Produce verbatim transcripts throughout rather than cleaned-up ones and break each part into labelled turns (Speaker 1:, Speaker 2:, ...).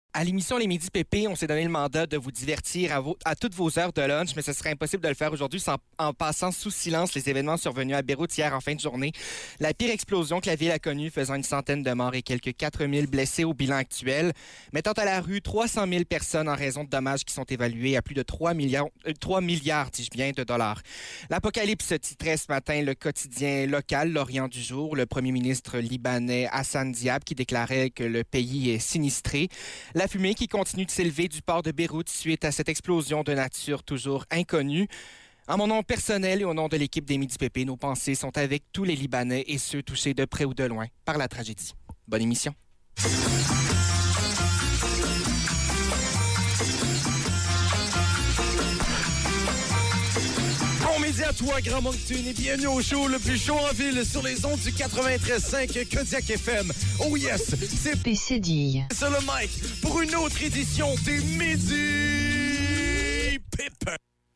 Speaker 1: À l'émission Les Midi Pépé, on s'est donné le mandat de vous divertir à, vos, à toutes vos heures de lunch, mais ce serait impossible de le faire aujourd'hui sans, en passant sous silence les événements survenus à Beyrouth hier en fin de journée. La pire explosion que la ville a connue, faisant une centaine de morts et quelques quatre mille blessés au bilan actuel, mettant à la rue trois cent mille personnes en raison de dommages qui sont évalués à plus de trois milliards, euh, trois milliards, dis-je bien, de dollars. L'Apocalypse titrait ce matin le quotidien local, l'Orient du jour, le premier ministre libanais Hassan Diab qui déclarait que le pays est sinistré. La fumée qui continue de s'élever du port de Beyrouth suite à cette explosion de nature toujours inconnue. En mon nom personnel et au nom de l'équipe des Midi Pépé, nos pensées sont avec tous les Libanais et ceux touchés de près ou de loin par la tragédie. Bonne émission.
Speaker 2: Bon midi à toi, Grand Moncton, et bienvenue au show le plus chaud en ville sur les ondes du quatre-vingt-treize cinq Kodiak F M. Oh yes, c'est
Speaker 3: P C D.
Speaker 2: sur le mic pour une autre édition des Midi Pépé.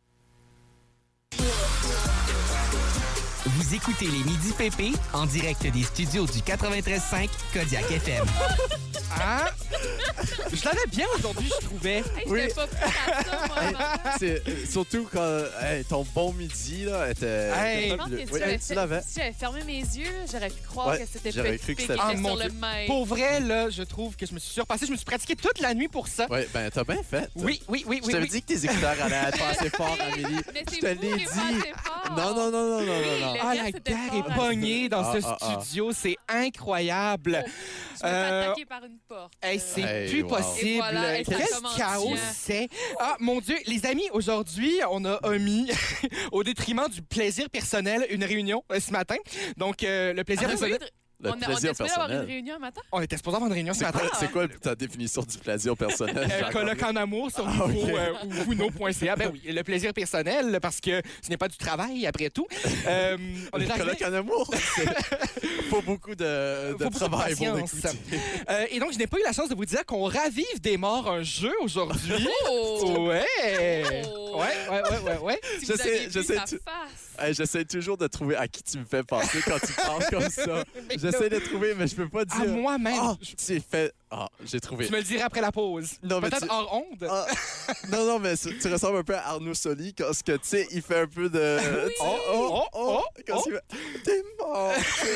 Speaker 4: Vous écoutez les Midi Pépé en direct des studios du quatre-vingt-treize cinq Kodiak F M.
Speaker 1: Ah! Je l'avais bien aujourd'hui, je trouvais.
Speaker 5: Hey,
Speaker 2: Oui.
Speaker 5: j'étais pas prête à ça, moi.
Speaker 2: C'est, euh, surtout quand hey, ton bon midi là, était.
Speaker 1: Hey.
Speaker 5: Je pense que si
Speaker 2: Oui,
Speaker 5: j'avais
Speaker 2: tu
Speaker 5: fait-
Speaker 2: l'avais.
Speaker 5: si j'avais fermé mes yeux, j'aurais pu croire
Speaker 2: Ouais,
Speaker 5: que c'était
Speaker 2: j'aurais
Speaker 5: Petit
Speaker 2: cru que
Speaker 5: P qui
Speaker 2: c'était-
Speaker 1: Ah,
Speaker 5: était
Speaker 1: mon
Speaker 5: sur le
Speaker 1: Dieu.
Speaker 5: mic.
Speaker 1: Pour vrai, là, je trouve que je me suis surpassé. Je me suis pratiqué toute la nuit pour ça.
Speaker 2: Oui, ben t'as bien fait.
Speaker 1: Oui, oui, oui,
Speaker 2: Je
Speaker 1: oui.
Speaker 2: t'avais
Speaker 1: oui.
Speaker 2: dit que tes écouteurs allaient être pas assez forts, Amélie.
Speaker 5: Mais
Speaker 2: Je
Speaker 5: c'est
Speaker 2: te
Speaker 5: vous
Speaker 2: l'ai
Speaker 5: qui
Speaker 2: dit.
Speaker 5: êtes pas assez fort.
Speaker 2: Non, non, non, non, non,
Speaker 5: Oui,
Speaker 2: non, non.
Speaker 5: le
Speaker 1: Ah, la
Speaker 5: reste, c'était
Speaker 1: guerre
Speaker 5: fort
Speaker 1: est
Speaker 5: à
Speaker 1: pognée dans
Speaker 2: Ah,
Speaker 1: ce
Speaker 2: ah, ah.
Speaker 1: studio. C'est incroyable.
Speaker 5: Je me fais
Speaker 1: Euh,
Speaker 5: attaquer par une porte.
Speaker 1: Hey, c'est
Speaker 2: Hey,
Speaker 1: plus
Speaker 2: wow.
Speaker 1: possible.
Speaker 5: Et voilà, et ça
Speaker 1: Quel
Speaker 5: commence
Speaker 1: chaos
Speaker 5: bien.
Speaker 1: c'est. Ah, mon Dieu, les amis, aujourd'hui, on a omis, au détriment du plaisir personnel, une réunion euh, ce matin. Donc, euh, le plaisir
Speaker 5: Ah, oui,
Speaker 1: personnel...
Speaker 5: oui,
Speaker 2: Le
Speaker 5: on a- on
Speaker 2: plaisir
Speaker 5: a supposé avoir une
Speaker 2: personnel.
Speaker 5: réunion un matin?
Speaker 1: On était supposé avoir une réunion ce
Speaker 2: C'est
Speaker 1: matin.
Speaker 2: quoi, c'est quoi ta définition du plaisir personnel?
Speaker 1: Euh,
Speaker 2: Jacques?
Speaker 1: colloque en amour sur
Speaker 2: Ah,
Speaker 1: nouveau,
Speaker 2: ok.
Speaker 1: euh, ou vuno point c a. Ben oui, le plaisir personnel, parce que ce n'est pas du travail, après tout. Euh, on est
Speaker 2: Le
Speaker 1: arrivé...
Speaker 2: colloque en amour, c'est faut beaucoup de, de
Speaker 1: Faut beaucoup de
Speaker 2: travail pour
Speaker 1: patience.
Speaker 2: l'écouter.
Speaker 1: Euh, et donc, je n'ai pas eu la chance de vous dire qu'on ravive des morts un jeu aujourd'hui.
Speaker 5: Oh!
Speaker 1: Ouais!
Speaker 5: Oh!
Speaker 1: Ouais, ouais, ouais, ouais, ouais.
Speaker 5: Si
Speaker 2: Je
Speaker 5: vous
Speaker 2: sais-
Speaker 5: aviez
Speaker 2: je
Speaker 5: vu
Speaker 2: sais
Speaker 5: sa
Speaker 2: tu-
Speaker 5: face.
Speaker 2: Hey, j'essaie toujours de trouver à qui tu me fais penser quand tu parles comme ça.
Speaker 1: Mais
Speaker 2: J'essaie de trouver, mais je peux pas dire.
Speaker 1: À moi-même.
Speaker 2: Ah,
Speaker 1: Je-
Speaker 2: tu fait. Ah, j'ai trouvé.
Speaker 1: Tu me le dirais après la pause.
Speaker 2: Non, mais
Speaker 1: Peut-être
Speaker 2: tu-
Speaker 1: hors onde.
Speaker 2: Ah, non, non, mais tu tu ressembles un peu à Arnaud Soli parce que, tu sais, il fait un peu de.
Speaker 5: Oui.
Speaker 2: Oh, oh, oh,
Speaker 1: Oh,
Speaker 2: Quand
Speaker 1: oh.
Speaker 2: il fait. T'es mort!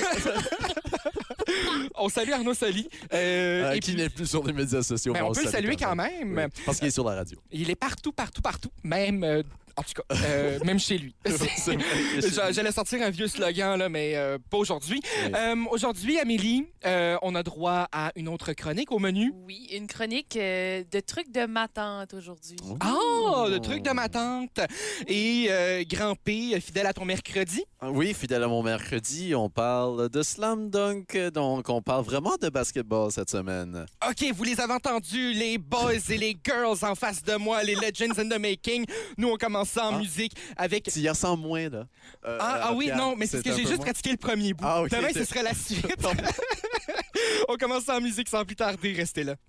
Speaker 1: On salue Arnaud Soli. Euh,
Speaker 2: Euh,
Speaker 1: et
Speaker 2: qui
Speaker 1: puis,
Speaker 2: n'est plus sur les médias sociaux.
Speaker 1: ben,
Speaker 2: mais
Speaker 1: on peut le
Speaker 2: salue
Speaker 1: saluer quand même.
Speaker 2: Oui, parce qu'il est sur la radio.
Speaker 1: Il est partout, partout, partout. Même, euh, en tout cas, euh, même chez lui.
Speaker 2: C'est vrai que chez
Speaker 1: J'a-
Speaker 2: lui.
Speaker 1: J'allais sortir un vieux slogan, là, mais euh, pas aujourd'hui.
Speaker 2: Oui.
Speaker 1: Euh, aujourd'hui, Amélie, euh, on a droit à une autre chronique au menu.
Speaker 5: Oui, une chronique euh, de trucs de ma tante aujourd'hui.
Speaker 1: Ah, le truc de ma tante. Et euh, Grand P, euh, fidèle à ton mercredi.
Speaker 2: Oui, fidèle à mon mercredi, on parle de slam dunk, donc on parle vraiment de basketball cette semaine.
Speaker 1: OK, vous les avez entendus, les boys et les girls en face de moi, les legends in the making. Nous, on commence ça en
Speaker 2: Ah.
Speaker 1: musique avec...
Speaker 2: Tu y ressembles moins, là. Euh,
Speaker 1: Ah, ah
Speaker 2: à
Speaker 1: oui,
Speaker 2: Pierre.
Speaker 1: non, mais c'est parce que
Speaker 2: un
Speaker 1: j'ai
Speaker 2: peu
Speaker 1: juste
Speaker 2: moins.
Speaker 1: pratiqué le premier bout.
Speaker 2: Ah, ok,
Speaker 1: Demain,
Speaker 2: t'es-
Speaker 1: ce serait la suite. On commence ça en musique sans plus tarder, restez là.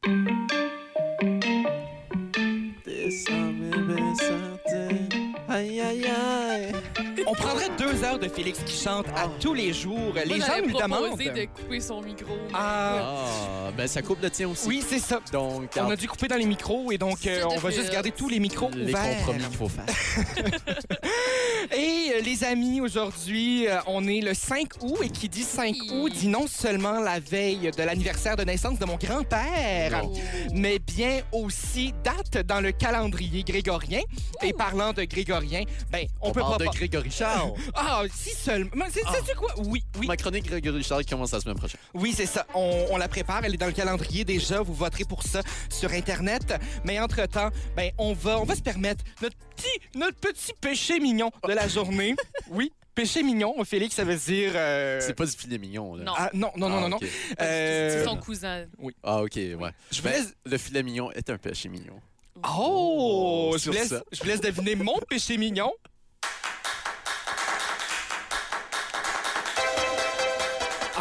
Speaker 2: Descends, bébé, santé. Aïe, aïe, aïe.
Speaker 1: On prendrait deux heures de Félix qui chante à tous les jours. Les
Speaker 5: Moi,
Speaker 1: gens
Speaker 5: j'avais
Speaker 1: nous demandent...
Speaker 5: proposé de couper son micro. mais-
Speaker 1: Ah,
Speaker 2: Ah, ben ça coupe le tien aussi.
Speaker 1: oui, c'est ça.
Speaker 2: Donc,
Speaker 1: On a dû couper dans les micros et donc euh,
Speaker 5: C'est
Speaker 1: on va
Speaker 5: de
Speaker 1: juste
Speaker 5: fait.
Speaker 1: garder tous les micros
Speaker 2: les
Speaker 1: ouverts.
Speaker 2: compromis qu'il faut faire.
Speaker 1: Et euh, les amis, aujourd'hui, euh, on est le cinq août et qui dit cinq août dit non seulement la veille de l'anniversaire de naissance de mon grand-père,
Speaker 5: Oh.
Speaker 1: mais bien aussi date dans le calendrier grégorien. Et parlant de grégorien, ben on,
Speaker 2: On,
Speaker 1: peut
Speaker 2: parle
Speaker 1: pas...
Speaker 2: de Grégory Charles.
Speaker 1: Ah, si seulement... Mais C'est
Speaker 2: Ah.
Speaker 1: sais-tu quoi? Oui, oui,
Speaker 2: Ma chronique Grégory Charles qui commence la semaine prochaine.
Speaker 1: oui, c'est ça. On, on la prépare, elle est dans le calendrier déjà. Vous voterez pour ça sur Internet. Mais entre-temps, ben, on va, on va se permettre notre petit, notre petit péché mignon de la journée. Oui, péché mignon, Félix, ça veut dire... euh,
Speaker 2: C'est pas du filet mignon, là.
Speaker 5: Non.
Speaker 1: Ah, non, non, non,
Speaker 2: Ah,
Speaker 1: non, non.
Speaker 2: ok.
Speaker 1: Euh,
Speaker 5: C'est son cousin.
Speaker 2: Ah, OK, ouais.
Speaker 1: Je vous
Speaker 2: Ben,
Speaker 1: laisse...
Speaker 2: le filet mignon est un péché mignon.
Speaker 1: Oh! Je
Speaker 2: Sur
Speaker 1: vous laisse,
Speaker 2: ça.
Speaker 1: je vous laisse deviner mon péché mignon. Ah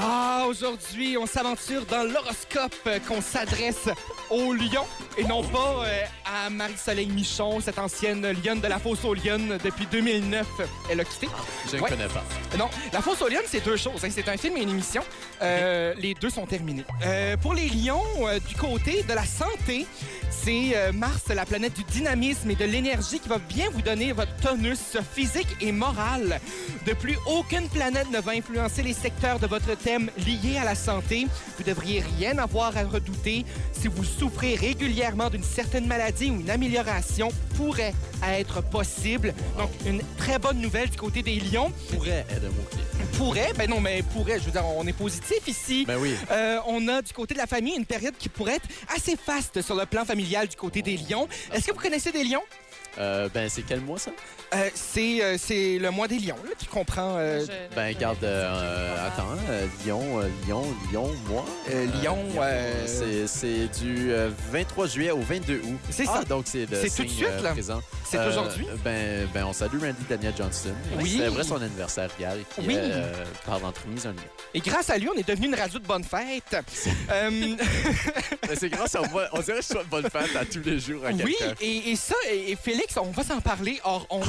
Speaker 1: Ah, aujourd'hui, on s'aventure dans l'horoscope euh, qu'on s'adresse aux lions et non pas euh, à Marie-Soleil Michon, cette ancienne lionne de la fosse aux lionnes depuis deux mille neuf. Elle a quitté.
Speaker 3: Je ne
Speaker 1: Ouais.
Speaker 3: connais pas.
Speaker 1: Non, La fosse aux lionnes, c'est deux choses. hein. C'est un film et une émission. Euh, les deux sont terminés. Euh, pour les lions, euh, du côté de la santé, c'est euh, Mars, la planète du dynamisme et de l'énergie qui va bien vous donner votre tonus physique et moral. De plus, aucune planète ne va influencer les secteurs de votre thème liés à la santé. Vous devriez rien avoir à redouter. Si vous souffrez régulièrement d'une certaine maladie ou une amélioration pourrait être possible. Donc, une très bonne nouvelle du côté des lions.
Speaker 3: Pourrait être un mot-clé.
Speaker 1: Pourrait, ben non, mais pourrait, je veux dire, on est positif ici.
Speaker 3: Ben oui.
Speaker 1: Euh, on a du côté de la famille une période qui pourrait être assez faste sur le plan familial du côté des lions. Est-ce que vous connaissez des lions?
Speaker 3: Euh, ben, c'est quel mois, ça?
Speaker 1: Euh, c'est, euh, c'est le mois des lions, là, qui comprend euh,
Speaker 5: Je-
Speaker 3: Ben,
Speaker 5: je-
Speaker 3: garde, euh, attends, euh, Lyon, euh, Lyon, Lyon, moi.
Speaker 1: euh, Lyon. euh,
Speaker 3: C'est, c'est du euh, vingt-trois juillet au vingt-deux août.
Speaker 1: C'est
Speaker 3: Ah,
Speaker 1: ça.
Speaker 3: donc c'est le
Speaker 1: C'est
Speaker 3: signe
Speaker 1: tout de suite,
Speaker 3: euh,
Speaker 1: là.
Speaker 3: présent.
Speaker 1: C'est
Speaker 3: Euh,
Speaker 1: aujourd'hui.
Speaker 3: Ben, ben, on salue Randy Daniel Johnston.
Speaker 1: Oui.
Speaker 3: Il célébrait son anniversaire hier et qui,
Speaker 1: Oui.
Speaker 3: euh, par l'entremise un lion.
Speaker 1: Et grâce à lui, on est devenu une radio de bonne fête. Euh,
Speaker 3: Ben, c'est grâce à moi. On dirait que je sois de bonne fête à tous les jours à
Speaker 1: oui,
Speaker 3: quelqu'un.
Speaker 1: et, et ça, et, et Félix, on va s'en parler hors onde.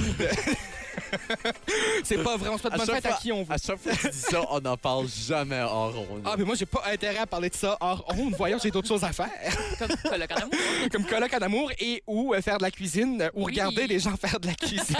Speaker 1: C'est pas vrai, on souhaite
Speaker 3: À
Speaker 1: bonne
Speaker 3: chaque
Speaker 1: fête à
Speaker 3: fois-
Speaker 1: qui on veut.
Speaker 3: À chaque fois que tu dis ça, on n'en parle jamais hors ronde.
Speaker 1: Ah, mais moi, j'ai pas intérêt à parler de ça hors onde. Voyons, j'ai d'autres choses à faire.
Speaker 5: Comme colloque en amour.
Speaker 1: Comme colloque en amour et ou euh, faire de la cuisine euh, ou
Speaker 5: Oui.
Speaker 1: regarder les gens faire de la cuisine.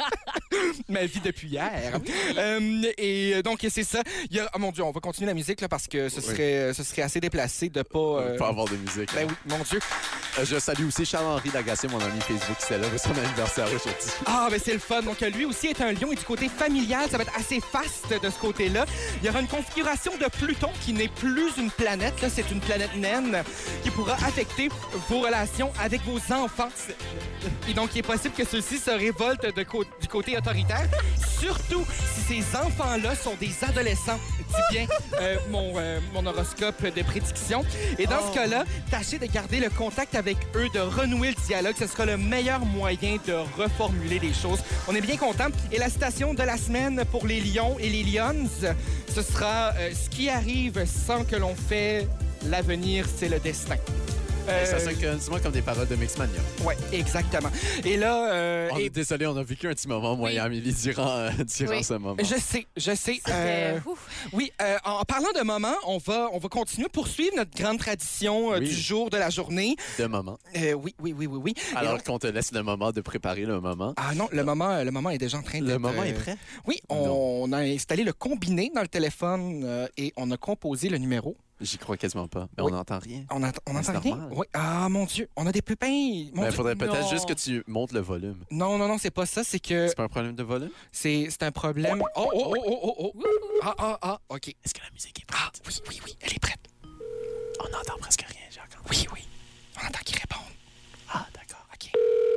Speaker 1: Ma vie depuis hier. Euh, et euh, donc, c'est ça. Il y a... Oh mon Dieu, on va continuer la musique là, parce que ce
Speaker 3: Oui.
Speaker 1: serait, euh, ce serait assez déplacé de pas... euh,
Speaker 3: Pas avoir de musique.
Speaker 1: Ben oui, mon Dieu.
Speaker 3: Euh, Je salue aussi Charles-Henri Lagacé, mon ami Facebook, qui célèbre son anniversaire aujourd'hui.
Speaker 1: Ah, ben c'est le fun. Donc, lui aussi est un lion et du côté familial, ça va être assez faste de ce côté-là. Il y aura une configuration de Pluton qui n'est plus une planète, là, c'est une planète naine qui pourra affecter vos relations avec vos enfants. Et donc, il est possible que ceux-ci se révoltent de cô- du côté autoritaire, surtout si ces enfants-là sont des adolescents, dit bien euh, mon, euh, mon horoscope de prédiction. Et dans
Speaker 3: Oh.
Speaker 1: ce cas-là, tâchez de garder le contact avec eux, de renouer le dialogue. Ce sera le meilleur moyen de reformuler les choses. On est bien contents. Et la citation de la semaine pour les lions et les lionnes, ce sera euh, ce qui arrive sans que l'on fait, l'avenir, c'est le destin. Euh,
Speaker 3: Ça sonne quasiment comme des paroles de Mixmania.
Speaker 1: ouais, exactement. Et là, euh,
Speaker 3: On
Speaker 1: et-
Speaker 3: est désolé, on a vécu un petit moment, moi
Speaker 5: Oui.
Speaker 3: et Amélie, durant, euh, durant
Speaker 5: Oui.
Speaker 3: ce moment.
Speaker 1: je sais, je sais.
Speaker 5: C'était-
Speaker 1: euh,
Speaker 5: Ouf.
Speaker 1: Oui, euh, en parlant de moment, on va, on va continuer, poursuivre notre grande tradition euh,
Speaker 3: Oui.
Speaker 1: du jour, de la journée.
Speaker 3: De moment.
Speaker 1: Euh, oui, oui, oui, oui, oui. Et
Speaker 3: Alors
Speaker 1: on-
Speaker 3: qu'on te laisse le moment de préparer le moment.
Speaker 1: Ah non, le moment, euh, le moment est déjà en train de.
Speaker 3: Le moment est prêt?
Speaker 1: Oui, on, a installé le combiné dans le téléphone euh, et on a composé le numéro.
Speaker 3: J'y crois quasiment pas, mais
Speaker 1: Oui.
Speaker 3: on n'entend rien.
Speaker 1: On, a, on
Speaker 3: Mais
Speaker 1: entend
Speaker 3: c'est
Speaker 1: rien?
Speaker 3: normal.
Speaker 1: Oui. Ah mon Dieu, on a des pépins. Mon
Speaker 3: Il
Speaker 1: Dieu.
Speaker 3: faudrait peut-être
Speaker 5: Non.
Speaker 3: juste que tu montes le volume.
Speaker 1: Non, non, non, c'est pas ça. C'est que
Speaker 3: C'est pas un problème de volume?
Speaker 1: c'est c'est un problème. Oh, oh, oh, oh, oh, oh. Ah, ah, ah, OK.
Speaker 3: Est-ce que la musique est
Speaker 1: Ah,
Speaker 3: prête?
Speaker 1: oui, oui, oui, elle est prête.
Speaker 3: On n'entend presque rien, Jacques.
Speaker 1: Oui, oui. On entend qu'il répond.
Speaker 3: Ah, d'accord.
Speaker 1: OK.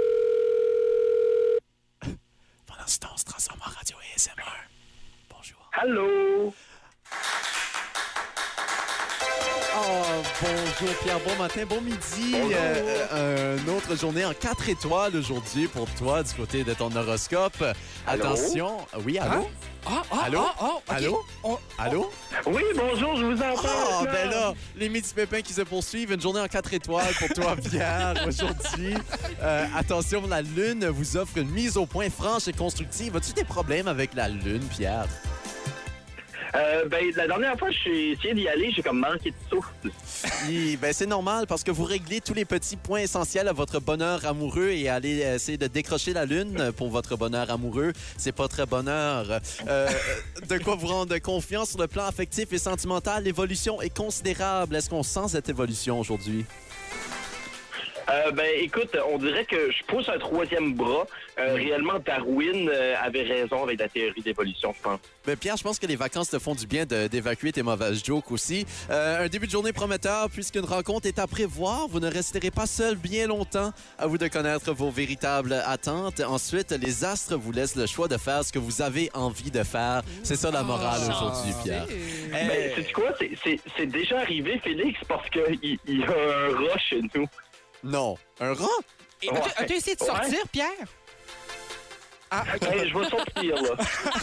Speaker 3: Pendant ce temps, on se transforme en radio A S M R. Bonjour.
Speaker 6: Allô?
Speaker 3: Oh, bonjour Pierre, bon matin, bon midi.
Speaker 6: Bonjour.
Speaker 3: Euh, euh, une autre journée en quatre étoiles aujourd'hui pour toi du côté de ton horoscope.
Speaker 6: Allô?
Speaker 3: Attention. Oui, allô?
Speaker 1: Ah, ah,
Speaker 3: Allô?
Speaker 1: ah, ah, OK.
Speaker 3: Allô?
Speaker 1: On-
Speaker 3: Allô?
Speaker 6: Oui, bonjour, je vous entends.
Speaker 3: Ah,
Speaker 6: maintenant.
Speaker 3: ben là, les midi pépins qui se poursuivent. Une journée en quatre étoiles pour toi, Pierre, aujourd'hui. Euh, attention, la Lune vous offre une mise au point franche et constructive. As-tu des problèmes avec la Lune, Pierre?
Speaker 6: Euh, ben, la dernière fois, j'ai essayé d'y aller, j'ai comme manqué de souffle.
Speaker 3: Oui, ben c'est normal parce que vous réglez tous les petits points essentiels à votre bonheur amoureux et allez essayer de décrocher la lune pour votre bonheur amoureux. C'est pas très bonheur. Euh, de quoi vous rendre confiant sur le plan affectif et sentimental. L'évolution est considérable. Est-ce qu'on sent cette évolution aujourd'hui?
Speaker 6: Euh, ben, écoute, on dirait que je pousse un troisième bras. Euh, réellement, Darwin euh, avait raison avec la théorie d'évolution, je pense.
Speaker 3: Ben Pierre, je pense que les vacances te font du bien de- d'évacuer tes mauvaises jokes aussi. Euh, un début de journée prometteur puisqu'une rencontre est à prévoir. Vous ne resterez pas seul bien longtemps. À vous de connaître vos véritables attentes. Ensuite, les astres vous laissent le choix de faire ce que vous avez envie de faire. C'est ça la morale
Speaker 1: Ah.
Speaker 3: aujourd'hui, Pierre.
Speaker 6: Ben,
Speaker 3: Hey.
Speaker 6: sais-tu quoi? C'est- C'est c'est déjà arrivé, Félix, parce qu'il il y a un rat chez nous.
Speaker 3: Non. Un rat?
Speaker 1: Et
Speaker 6: Ouais.
Speaker 1: As-tu as-tu essayé de
Speaker 6: Ouais.
Speaker 1: sortir, Pierre? Ah, OK.
Speaker 6: Hey, je vais sortir, là.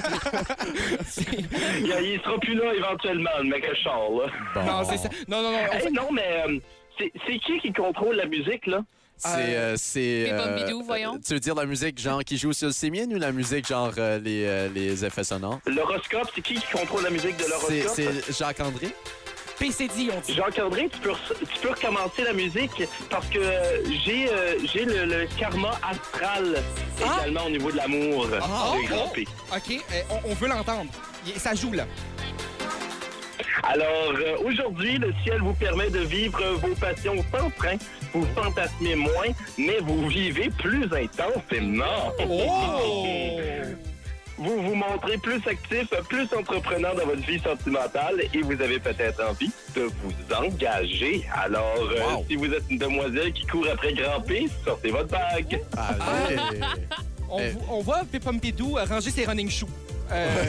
Speaker 6: il, il sera plus là éventuellement, le mec je sors, là.
Speaker 3: Bon.
Speaker 1: Non, c'est ça. Non, non, non. on
Speaker 6: Hey,
Speaker 1: fait-
Speaker 6: non, mais euh, c'est c'est qui qui contrôle la musique, là?
Speaker 3: C'est. euh, c'est
Speaker 5: Pépom
Speaker 3: euh,
Speaker 5: Bidou, voyons.
Speaker 3: Tu veux dire la musique genre qui joue sur le sémien ou la musique genre euh, les, euh, les effets sonores?
Speaker 6: L'horoscope, c'est qui qui contrôle la musique de
Speaker 3: C'est
Speaker 6: l'horoscope?
Speaker 3: c'est Jacques-André?
Speaker 1: P C D, on dit.
Speaker 6: Jacques-André, tu peux, re- tu peux recommencer la musique parce que euh, j'ai euh, j'ai le, le karma astral
Speaker 1: Ah!
Speaker 6: également au niveau de l'amour
Speaker 1: Ah,
Speaker 6: de Grand
Speaker 1: oh,
Speaker 6: P.
Speaker 1: OK, euh, on, on veut l'entendre. Il- Ça joue, là.
Speaker 6: Alors, euh, aujourd'hui, le ciel vous permet de vivre vos passions sans frein. Vous fantasmez moins, mais vous vivez plus intensément.
Speaker 1: Oh!
Speaker 6: Vous vous montrez plus actif, plus entrepreneur dans votre vie sentimentale et vous avez peut-être envie de vous engager. Alors, euh,
Speaker 3: Wow.
Speaker 6: si vous êtes une demoiselle qui court après Grand P, sortez votre bague.
Speaker 3: Allez!
Speaker 1: On,
Speaker 3: Eh.
Speaker 1: vo- on voit Pépompidou euh, ranger ses running shoes. Euh,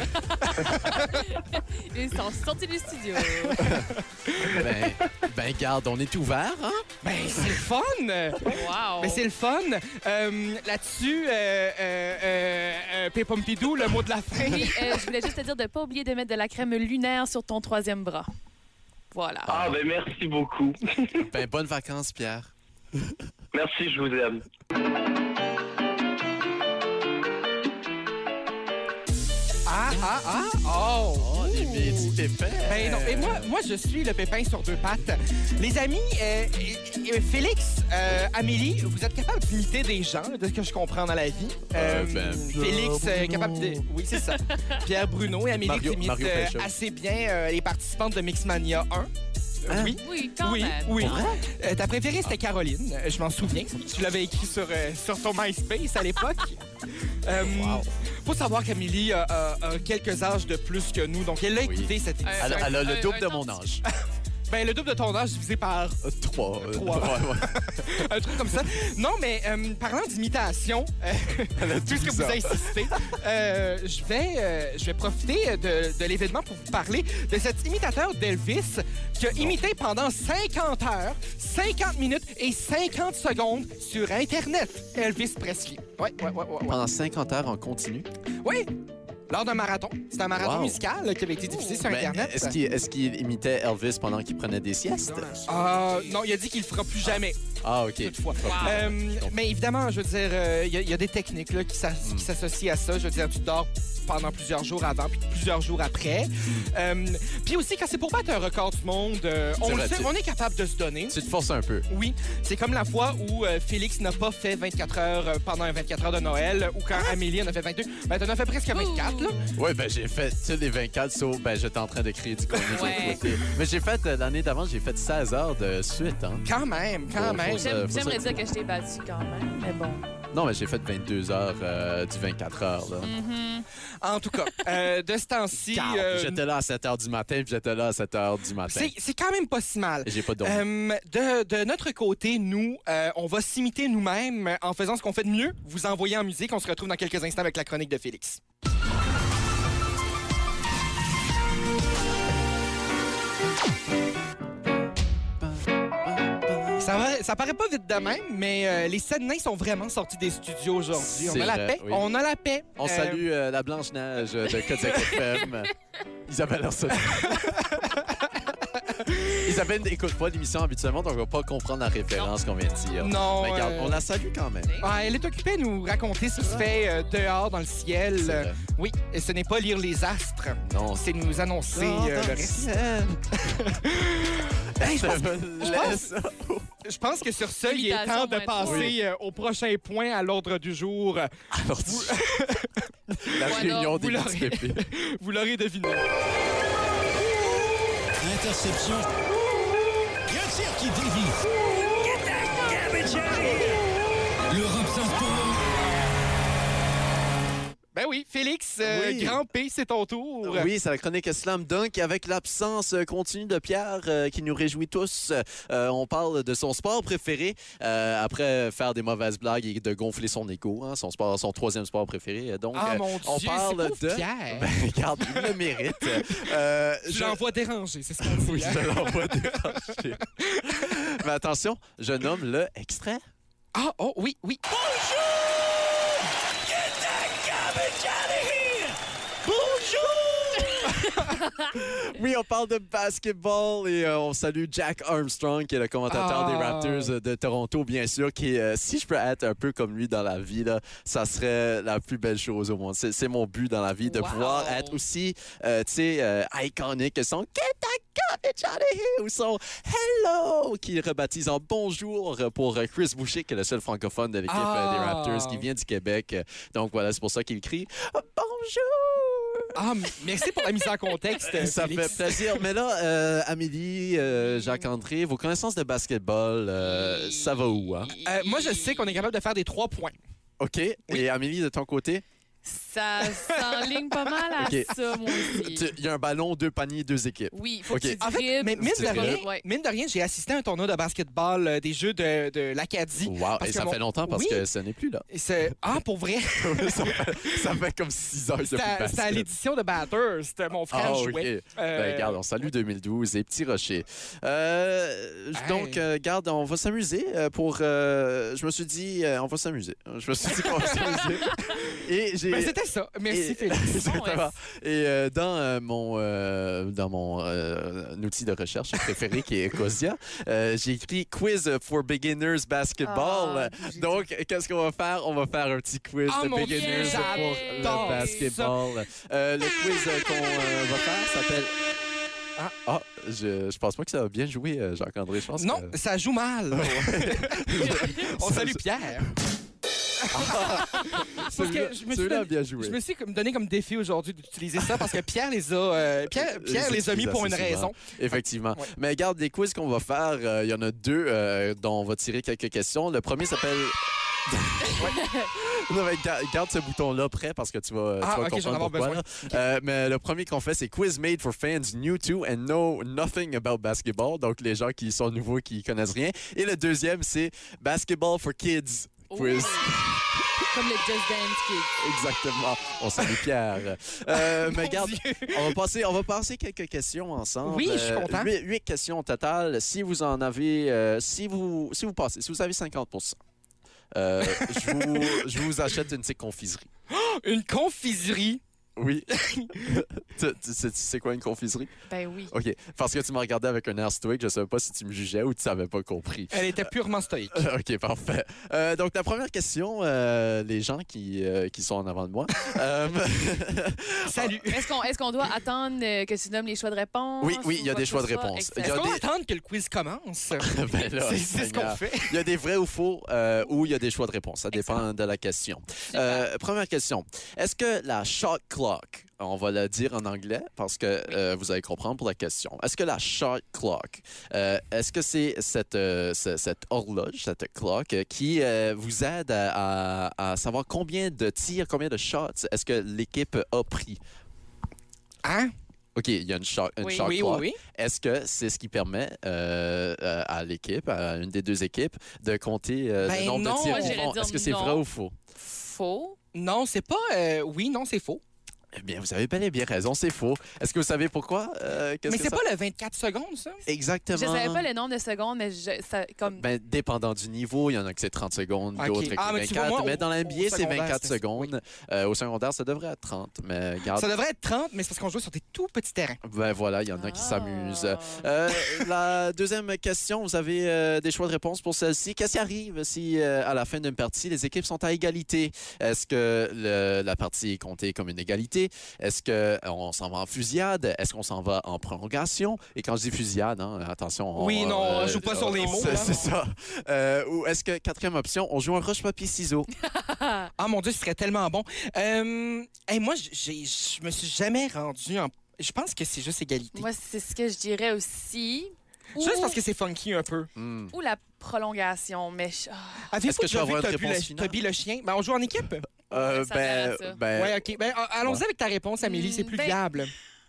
Speaker 5: Ils sont sortis du studio.
Speaker 3: ben, ben, garde, on est ouvert, hein?
Speaker 1: ben, c'est le fun!
Speaker 5: Wow.
Speaker 1: Ben, c'est le fun. Euh, Là-dessus, euh, euh, euh, euh, Pépompidou, le mot de la fin.
Speaker 5: Oui, euh, je voulais juste te dire de ne pas oublier de mettre de la crème lunaire sur ton troisième bras. Voilà.
Speaker 6: Ah, ben merci beaucoup.
Speaker 3: Ben, bonnes vacances, Pierre.
Speaker 6: Merci, je vous aime.
Speaker 1: Ah, ah, ah! Oh!
Speaker 3: Oh, les petits pépins!
Speaker 1: Ben non, et moi, moi, je suis le pépin sur deux pattes. Les amis, euh, euh, Félix, euh, Amélie, vous êtes capable d'imiter des gens, de ce que je comprends dans la vie.
Speaker 3: Euh, ben,
Speaker 1: Félix, euh,
Speaker 3: Bruno.
Speaker 1: capable de... Oui, c'est ça. Pierre Bruno et Amélie
Speaker 3: Mario-
Speaker 1: qui imitent
Speaker 3: Mario
Speaker 1: euh,
Speaker 3: Pelchot.
Speaker 1: assez bien euh, les participantes de Mixmania un. Euh,
Speaker 3: Hein?
Speaker 1: Oui.
Speaker 5: Oui, quand
Speaker 1: oui,
Speaker 5: même.
Speaker 1: oui.
Speaker 3: Pour vrai?
Speaker 1: Euh, ta préférée, c'était Caroline. Euh, je m'en souviens. Tu l'avais écrit sur, euh, sur ton MySpace à l'époque. Euh,
Speaker 3: Wow.
Speaker 1: Faut savoir qu'Amélie a, a- a quelques âges de plus que nous, donc elle a
Speaker 3: Oui.
Speaker 1: écouté cette émission.
Speaker 3: Elle, elle a le
Speaker 5: Un-
Speaker 3: double
Speaker 5: un
Speaker 3: de
Speaker 5: temps
Speaker 3: mon
Speaker 5: de-
Speaker 3: âge.
Speaker 1: Ben, le double de ton âge divisé par
Speaker 3: Euh, Trois. euh,
Speaker 1: Trois.
Speaker 3: ouais, ouais.
Speaker 1: un truc comme ça. Non, mais euh, parlant d'imitation, euh, tout ce que vous
Speaker 3: ans.
Speaker 1: insistez, euh, je vais, euh, je vais profiter de, de l'événement pour vous parler de cet imitateur d'Elvis qui a imité pendant cinquante heures, cinquante minutes et cinquante secondes sur Internet Elvis Presley. Ouais, ouais, ouais, ouais. ouais.
Speaker 3: Pendant cinquante heures en continu.
Speaker 1: Oui, lors d'un marathon. C'est un marathon
Speaker 3: Wow.
Speaker 1: musical là, qui avait été diffusé sur
Speaker 3: Ben,
Speaker 1: Internet.
Speaker 3: est-ce qu'il est-ce qu'il imitait Elvis pendant qu'il prenait des siestes?
Speaker 1: Euh, non, il a dit qu'il le fera plus jamais.
Speaker 3: Ah, OK.
Speaker 1: Toutefois.
Speaker 5: Wow.
Speaker 1: Euh, mais évidemment, je veux dire, euh, il y, a- il y a des techniques là, qui s'as- qui s'associent à ça. Je veux dire, tu dors pendant plusieurs jours avant, puis plusieurs jours après. Euh, puis aussi, quand c'est pour battre un record du monde, euh, on,
Speaker 3: C'est
Speaker 1: le
Speaker 3: vrai,
Speaker 1: sait,
Speaker 3: tu-
Speaker 1: on est capable de se donner.
Speaker 3: Tu te forces un peu.
Speaker 1: Oui, c'est comme la fois où euh, Félix n'a pas fait vingt-quatre heures euh, pendant un vingt-quatre heures de Noël, ou quand Amélie en a fait vingt-deux. Ben, t'en as fait presque vingt-quatre, là.
Speaker 3: Oui, ben j'ai fait tu sais, les vingt-quatre, sauf ben j'étais en train de créer du contenu de
Speaker 5: Ouais.
Speaker 3: l'autre côté. Mais j'ai fait, euh, l'année d'avant, j'ai fait seize heures de suite, hein.
Speaker 1: Quand même, quand
Speaker 3: Faut-
Speaker 1: même.
Speaker 3: faut
Speaker 5: J'aime-
Speaker 3: faut
Speaker 5: J'aimerais
Speaker 3: ça-
Speaker 5: dire que je t'ai battu quand même, mais bon.
Speaker 3: Non, mais j'ai fait vingt-deux heures euh, du vingt-quatre heures, là.
Speaker 5: Mhm.
Speaker 1: En tout cas, euh, de ce temps-ci...
Speaker 3: Car
Speaker 1: euh,
Speaker 3: J'étais là à sept heures du matin, puis j'étais là à sept heures du matin.
Speaker 1: c'est c'est quand même pas si mal.
Speaker 3: Et j'ai pas dormi.
Speaker 1: Euh, de, de notre côté, nous, euh, on va s'imiter nous-mêmes en faisant ce qu'on fait de mieux, vous envoyer en musique. On se retrouve dans quelques instants avec la chronique de Félix. Ça, va- ça paraît pas vite de même, mais euh, les sept nains sont vraiment sortis des studios aujourd'hui. On
Speaker 3: C'est
Speaker 1: a la
Speaker 3: vrai,
Speaker 1: paix.
Speaker 3: oui.
Speaker 1: On a la paix.
Speaker 3: On
Speaker 1: Euh,
Speaker 3: salue euh, la Blanche-Neige de Kodiak F M. Isabelle Arsenault. Isabelle n'écoute pas l'émission habituellement, donc on va pas comprendre la référence qu'on vient de dire.
Speaker 1: Non,
Speaker 3: Mais regarde,
Speaker 1: euh,
Speaker 3: on la salue quand même.
Speaker 1: ouais, elle est occupée à nous raconter ce qui se fait euh, dehors dans le ciel.
Speaker 3: C'est vrai.
Speaker 1: Oui, et ce n'est pas lire les astres,
Speaker 3: Non,
Speaker 1: c'est nous annoncer
Speaker 3: Oh,
Speaker 1: euh,
Speaker 3: dans
Speaker 1: le
Speaker 3: le
Speaker 1: reste.
Speaker 3: ciel.
Speaker 1: Hey, je, pense,
Speaker 3: Je me
Speaker 1: je pense-
Speaker 3: laisse.
Speaker 1: je pense que sur ce, il est
Speaker 5: Imitation
Speaker 1: temps de
Speaker 5: moins
Speaker 1: passer
Speaker 3: Oui.
Speaker 1: euh, au prochain point à l'ordre du jour.
Speaker 3: Alors, tu- La
Speaker 5: Voilà,
Speaker 3: réunion
Speaker 1: vous
Speaker 3: des
Speaker 1: l'aurez.
Speaker 3: petits pépés.
Speaker 1: Vous l'aurez deviné.
Speaker 7: Interception. Il y a un tir qui dévie. L'Europe s'impose.
Speaker 1: Ben oui, Félix, euh,
Speaker 3: Oui.
Speaker 1: Grand P, c'est ton tour.
Speaker 3: Oui, c'est la chronique Slam Dunk avec l'absence euh, continue de Pierre euh, qui nous réjouit tous. Euh, on parle de son sport préféré euh, après faire des mauvaises blagues et de gonfler son égo. Hein, son, sport, son troisième sport préféré. Donc,
Speaker 1: Ah
Speaker 3: euh,
Speaker 1: mon Dieu,
Speaker 3: on
Speaker 1: c'est
Speaker 3: parle
Speaker 1: pauvre
Speaker 3: de.
Speaker 1: Pierre.
Speaker 3: Ben, regarde, il le mérite. Euh,
Speaker 1: Je
Speaker 3: je-
Speaker 1: l'envoie déranger, c'est ce qu'on dit.
Speaker 3: Oui,
Speaker 1: hein.
Speaker 3: je l'envoie déranger. Mais attention, je nomme le extrait.
Speaker 1: Ah, oh, oui, oui.
Speaker 3: Oui, on parle de basketball et euh, on salue Jack Armstrong, qui est le commentateur
Speaker 1: Ah.
Speaker 3: des Raptors de Toronto, bien sûr, qui, euh, si je peux être un peu comme lui dans la vie, là, ça serait la plus belle chose au monde. C'est, c'est mon but dans la vie, de
Speaker 5: Wow.
Speaker 3: pouvoir être aussi, euh, tu sais, euh, iconique que son « Get that garbage out of here » ou son « Hello » qu'il rebaptise en « Bonjour » pour euh, Chris Boucher, qui est le seul francophone de l'équipe euh, des
Speaker 1: Ah.
Speaker 3: Raptors, qui vient du Québec. Donc voilà, c'est pour ça qu'il crie « Bonjour ».
Speaker 1: Ah, m- merci pour la mise en contexte,
Speaker 3: Ça
Speaker 1: Félix.
Speaker 3: fait plaisir. Mais là, euh, Amélie, euh, Jacques-André, vos connaissances de basketball, euh, ça va où, hein?
Speaker 1: Euh, moi, je sais qu'on est capable de faire des trois points.
Speaker 3: OK. Et Amélie, de ton côté?
Speaker 5: Ça s'enligne pas mal à
Speaker 3: Ok.
Speaker 5: ça, moi aussi.
Speaker 3: Tu- Il y a un ballon, deux paniers, deux équipes.
Speaker 5: Oui, faut
Speaker 3: Ok.
Speaker 5: que tu
Speaker 1: En fait,
Speaker 5: dribbles.
Speaker 1: mais mine
Speaker 3: Tu
Speaker 1: de,
Speaker 3: dribbles.
Speaker 1: rien,
Speaker 5: Ouais.
Speaker 1: mine de rien, j'ai assisté à un tournoi de basketball euh, des Jeux de, de l'Acadie.
Speaker 3: Wow.
Speaker 1: Parce
Speaker 3: Et
Speaker 1: que
Speaker 3: ça
Speaker 1: mon-
Speaker 3: fait longtemps parce
Speaker 1: Oui.
Speaker 3: que ce n'est plus là.
Speaker 1: Et c'est- Ah, pour vrai?
Speaker 3: ça, fait, ça fait comme six heures depuis
Speaker 1: C'était à-
Speaker 3: basket.
Speaker 1: c'était à l'édition de Bathurst. Mon frère
Speaker 3: Ah, OK.
Speaker 1: jouait.
Speaker 3: Ben,
Speaker 1: Euh,
Speaker 3: regarde, on salue deux mille douze et Petit Rocher. Euh,
Speaker 1: Hey.
Speaker 3: Donc, euh, garde, on va s'amuser euh, pour... euh, je me suis dit, euh, on va s'amuser. Je me suis dit qu'on va s'amuser. Et j'ai...
Speaker 1: ben, c'était ça. Merci,
Speaker 3: Et-
Speaker 1: Félix.
Speaker 3: Exactement. Et euh, dans euh, mon, euh, dans mon euh, outil de recherche préféré qui est Ecosia, euh, j'ai écrit Quiz for Beginners Basketball.
Speaker 5: Ah, d'où j'ai
Speaker 3: Donc, qu'est-ce qu'on va faire? On va faire un petit quiz
Speaker 1: Ah,
Speaker 3: de
Speaker 1: mon
Speaker 3: beginners
Speaker 5: Dieu,
Speaker 3: pour
Speaker 1: j'adore
Speaker 3: le basketball. Euh, le quiz euh, qu'on euh, va faire s'appelle... Ah, ah, je, je pense pas que ça va bien jouer, euh, Jacques-André. Je pense
Speaker 1: Non,
Speaker 3: que...
Speaker 1: ça joue mal. On salue Pierre. Parce que
Speaker 3: Celui-là-
Speaker 1: je me suis
Speaker 3: celui-là a
Speaker 1: donné-
Speaker 3: bien joué.
Speaker 1: Je me suis comme donné comme défi aujourd'hui d'utiliser ça parce que Pierre les a, euh, Pierre, Pierre
Speaker 3: Les
Speaker 1: les a mis
Speaker 3: utilise
Speaker 1: pour une
Speaker 3: assez
Speaker 1: raison.
Speaker 3: Effectivement.
Speaker 1: Ouais.
Speaker 3: Mais garde les quiz qu'on va faire, euh, il y en a deux euh, dont on va tirer quelques questions. Le premier s'appelle... Non, mais ga- garde ce bouton-là prêt parce que tu vas, tu
Speaker 1: Ah,
Speaker 3: vas
Speaker 1: ok, j'en ai
Speaker 3: comprendre
Speaker 1: avoir
Speaker 3: pourquoi.
Speaker 1: besoin.
Speaker 3: là. Euh, mais le premier qu'on fait, c'est Quiz Made for Fans New to and Know Nothing About Basketball. Donc, les gens qui sont nouveaux, qui connaissent rien. Et le deuxième, c'est Basketball for Kids Quiz.
Speaker 5: Comme le Just Dance Kids.
Speaker 3: Exactement. On salue Pierre. Euh, mais
Speaker 1: Mon
Speaker 3: garde,
Speaker 1: Dieu.
Speaker 3: on va passer, on va passer quelques questions ensemble.
Speaker 1: Oui, je suis
Speaker 3: Euh,
Speaker 1: content.
Speaker 3: Huit, huit questions au total. Si vous en avez, euh, si vous, si vous passez, si vous avez cinquante pour cent, euh, je, vous, je vous achète une petite confiserie.
Speaker 1: Une confiserie.
Speaker 3: Oui. Tu- tu sais- tu sais quoi une confiserie?
Speaker 5: Ben oui.
Speaker 3: OK. Parce que tu m'as regardé avec un air stoïque, je ne savais pas si tu me jugeais ou tu n'avais pas compris.
Speaker 1: Elle était purement stoïque.
Speaker 3: OK, parfait. Euh, donc, la première question, euh, les gens qui, euh, qui sont en avant de moi. euh,
Speaker 1: Salut.
Speaker 5: Est-ce qu'on est qu'on doit attendre euh, que tu nommes les choix de réponse?
Speaker 3: Oui, oui, il y a
Speaker 5: ou quoi
Speaker 3: des
Speaker 5: que
Speaker 3: choix
Speaker 5: ce
Speaker 3: de
Speaker 5: soit?
Speaker 3: réponse. Il y
Speaker 1: Est-ce
Speaker 3: a
Speaker 1: qu'on va
Speaker 3: des-
Speaker 1: attendre que le quiz commence?
Speaker 3: Ben là,
Speaker 1: C'est c'est ce qu'on
Speaker 3: Seigneur.
Speaker 1: fait.
Speaker 3: Il y a des vrais ou faux euh, ou il y a des choix de réponse. Ça dépend de la question. Euh, première question. Est-ce que la shot clock, on va le dire en anglais parce que euh, vous allez comprendre pour la question. Est-ce que la shot clock, euh, est-ce que c'est cette, euh, ce- cette horloge, cette clock, euh, qui euh, vous aide à, à- à savoir combien de tirs, combien de shots est-ce que l'équipe a pris?
Speaker 1: Hein?
Speaker 3: OK, il y a une shot, une
Speaker 5: Oui.
Speaker 3: shot
Speaker 1: Oui, oui,
Speaker 3: clock.
Speaker 1: oui.
Speaker 3: Est-ce que c'est ce qui permet euh, euh, à l'équipe, à une des deux équipes, de compter euh,
Speaker 1: Ben
Speaker 3: le nombre
Speaker 1: non,
Speaker 3: de tirs
Speaker 5: moi,
Speaker 3: qu'ils
Speaker 5: j'irais
Speaker 3: font?
Speaker 5: dire
Speaker 3: Est-ce que c'est
Speaker 5: non.
Speaker 3: vrai ou faux?
Speaker 5: Faux.
Speaker 1: Non, c'est pas... euh, Oui, non, c'est faux.
Speaker 3: Eh bien, vous avez bel et bien raison, c'est faux. Est-ce que vous savez pourquoi? Euh, qu'est-ce
Speaker 1: Mais
Speaker 3: que
Speaker 1: c'est
Speaker 3: ça-
Speaker 1: pas le vingt-quatre secondes, ça?
Speaker 3: Exactement.
Speaker 5: Je savais pas le nombre de secondes, mais je, ça, comme...
Speaker 3: Ben, dépendant du niveau, il y en a que c'est trente secondes,
Speaker 1: Ok.
Speaker 3: d'autres que
Speaker 1: Ah, mais tu vois,
Speaker 3: vingt-quatre.
Speaker 1: moi,
Speaker 3: mais
Speaker 1: au-
Speaker 3: dans l'N B A,
Speaker 1: au
Speaker 3: c'est
Speaker 1: secondaire,
Speaker 3: vingt-quatre
Speaker 1: c'était-
Speaker 3: secondes. Euh, au secondaire, ça devrait être trente. Mais regarde,
Speaker 1: Ça devrait être trente, mais c'est parce qu'on joue sur des tout petits terrains.
Speaker 3: ben voilà, il y en a qui
Speaker 5: Ah.
Speaker 3: s'amusent. Euh, la deuxième question, vous avez euh, des choix de réponse pour celle-ci. Qu'est-ce qui arrive si, euh, à la fin d'une partie, les équipes sont à égalité? Est-ce que le- la partie est comptée comme une égalité? Est-ce qu'on s'en va en fusillade? Est-ce qu'on s'en va en prolongation? Et quand je dis fusillade, hein, attention... on-
Speaker 1: Oui, non, on
Speaker 3: euh,
Speaker 1: joue pas sur les mots,
Speaker 3: C'est
Speaker 1: là.
Speaker 3: c'est ça. Euh, ou est-ce que, quatrième option, on joue un roche-papier-ciseaux?
Speaker 1: Ah mon Dieu, ce serait tellement bon. Euh, hey, moi, j'ai- je me suis jamais rendu en... Je pense que c'est juste égalité.
Speaker 5: Moi, c'est ce que je dirais aussi. Ou,
Speaker 1: Juste parce que c'est funky un peu.
Speaker 3: Hmm.
Speaker 5: ou la prolongation, mais... je- ah,
Speaker 1: Avez-vous
Speaker 3: Est-ce que je
Speaker 1: déjà
Speaker 3: peux
Speaker 1: vu
Speaker 3: avoir une
Speaker 1: Toby
Speaker 3: réponse
Speaker 1: le,
Speaker 3: finale?
Speaker 1: Toby le chien? Ben, on joue en équipe?
Speaker 3: Euh,
Speaker 5: Ça
Speaker 3: ben,
Speaker 5: a l'air à ça.
Speaker 3: ben,
Speaker 1: Ouais, OK. Ben, a- allons-y
Speaker 3: ouais.
Speaker 1: avec ta réponse, Amélie. C'est plus
Speaker 5: Ben-
Speaker 1: viable.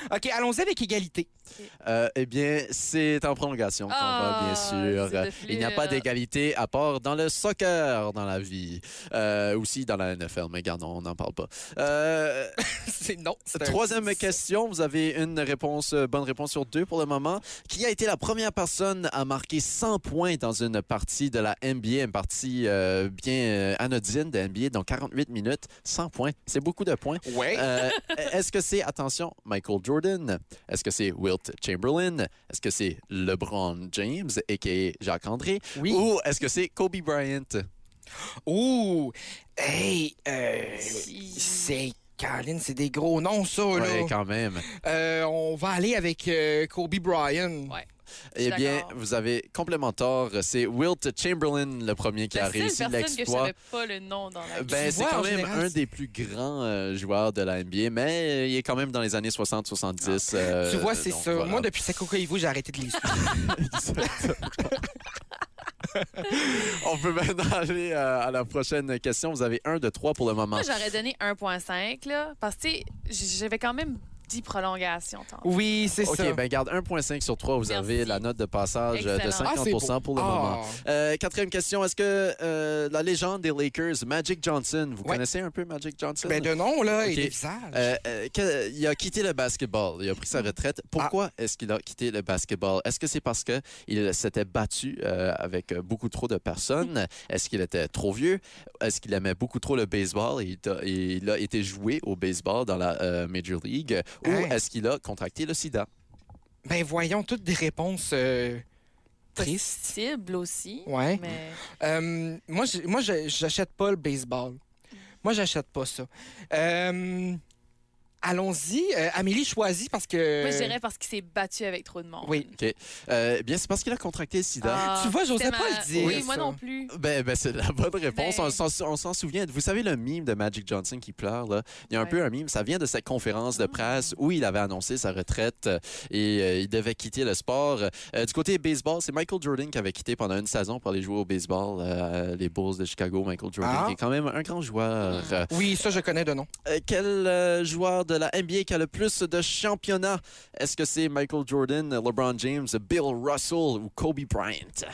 Speaker 1: OK, allons-y avec égalité.
Speaker 3: Euh, eh bien, c'est en prolongation qu'on
Speaker 5: Ah,
Speaker 3: va, bien sûr.
Speaker 5: c'est de
Speaker 3: Il n'y a pas
Speaker 5: flûte.
Speaker 3: d'égalité à part dans le soccer dans la vie. Euh, aussi dans la N F L, mais regarde, on n'en parle pas. Euh,
Speaker 1: C'est non. c'est un-
Speaker 3: troisième question, vous avez une réponse, euh, bonne réponse sur deux pour le moment. Qui a été la première personne à marquer cent points dans une partie de la N B A, une partie euh, bien euh, anodine de N B A, donc quarante-huit minutes, cent points. C'est beaucoup de points.
Speaker 1: Ouais.
Speaker 3: Euh, Est-ce que c'est, attention, Michael Jordan? Est-ce que c'est Wilt Chamberlain? Est-ce que c'est LeBron James, a k a. Jacques-André?
Speaker 1: Oui.
Speaker 3: Ou est-ce que c'est Kobe Bryant?
Speaker 1: Ouh! Hey! Euh,
Speaker 5: Si.
Speaker 1: c'est... Caroline, c'est des gros noms, ça, là.
Speaker 3: Oui, quand même.
Speaker 1: Euh, on va aller avec euh, Kobe Bryant.
Speaker 5: Ouais.
Speaker 3: Eh
Speaker 5: suis
Speaker 3: bien,
Speaker 5: d'accord.
Speaker 3: vous avez complètement tort. C'est Wilt Chamberlain, le premier qui a
Speaker 5: La seule
Speaker 3: réussi
Speaker 5: personne que je
Speaker 3: l'exploit.
Speaker 5: savais pas le nom dans la
Speaker 3: Ben,
Speaker 1: Tu
Speaker 3: c'est
Speaker 1: vois,
Speaker 3: quand
Speaker 1: en
Speaker 3: même
Speaker 1: général,
Speaker 3: un
Speaker 1: c'est-
Speaker 3: des plus grands euh, joueurs de la N B A, mais euh, il est quand même dans les années soixante soixante-dix. euh,
Speaker 1: Tu vois, c'est
Speaker 3: donc
Speaker 1: ça.
Speaker 3: voilà.
Speaker 1: Moi, depuis Seko Koivu, j'ai arrêté de les suivre.
Speaker 3: On peut maintenant aller euh, à la prochaine question. Vous avez un de trois pour le moment.
Speaker 5: Moi, j'aurais donné un virgule cinq, là, parce que, tu sais, j'avais quand même dit prolongation. tantôt.
Speaker 1: Oui, c'est
Speaker 3: OK,
Speaker 1: ça.
Speaker 3: ben garde un virgule cinq sur trois. Vous
Speaker 5: Merci.
Speaker 3: avez la note de passage euh, de
Speaker 5: Excellent.
Speaker 3: cinquante pour cent
Speaker 1: Ah, c'est
Speaker 3: pour
Speaker 1: beau.
Speaker 3: le
Speaker 1: Ah.
Speaker 3: moment. Euh, quatrième question. Est-ce que euh, la légende des Lakers, Magic Johnson, vous
Speaker 1: Ouais.
Speaker 3: connaissez un peu Magic Johnson?
Speaker 1: Ben, de nom, là,
Speaker 3: OK.
Speaker 1: et de visage.
Speaker 3: Euh, euh, que- il a quitté le basketball. Il a pris sa retraite. Pourquoi est-ce qu'il a quitté le basketball? Est-ce que c'est parce qu'il s'était battu euh, avec beaucoup trop de personnes? Est-ce qu'il était trop vieux? Est-ce qu'il aimait beaucoup trop le baseball et il a, et il a été joué au baseball dans la euh, Major League? Ou
Speaker 1: Hein?
Speaker 3: est-ce qu'il a contracté le sida?
Speaker 1: Ben, voyons, toutes des réponses euh, tristes.
Speaker 5: Possible aussi.
Speaker 1: Ouais.
Speaker 5: Mais
Speaker 1: Euh, moi, j'ai- moi, j'ai- j'achète pas le baseball. Moi, j'achète pas ça. Euh, allons-y. Euh, Amélie choisit parce que...
Speaker 5: moi, je dirais parce qu'il s'est battu avec trop de monde.
Speaker 1: Oui.
Speaker 3: Euh, eh bien, c'est parce qu'il a contracté le sida.
Speaker 5: Ah,
Speaker 1: Tu vois, j'osais
Speaker 5: c'était
Speaker 1: pas
Speaker 5: ma-
Speaker 1: le dire,
Speaker 5: Oui, moi
Speaker 1: ça.
Speaker 5: non plus.
Speaker 3: Ben, ben c'est la bonne réponse.
Speaker 5: Ben-
Speaker 3: On s'en- On s'en souvient. Vous savez le meme de Magic Johnson qui pleure, là? Il y a un
Speaker 5: Ouais.
Speaker 3: peu un meme. Ça vient de cette conférence de presse où il avait annoncé sa retraite euh, et euh, il devait quitter le sport. Euh, du côté baseball, c'est Michael Jordan qui avait quitté pendant une saison pour aller jouer au baseball. euh, les Bulls de Chicago, Michael Jordan,
Speaker 1: Ah.
Speaker 3: qui est quand même un grand joueur. Euh,
Speaker 1: Oui, ça, je connais de nom.
Speaker 3: euh, quel euh, joueur de la N B A qui a le plus de championnats? Est-ce que c'est Michael Jordan, LeBron James, Bill Russell ou Kobe Bryant?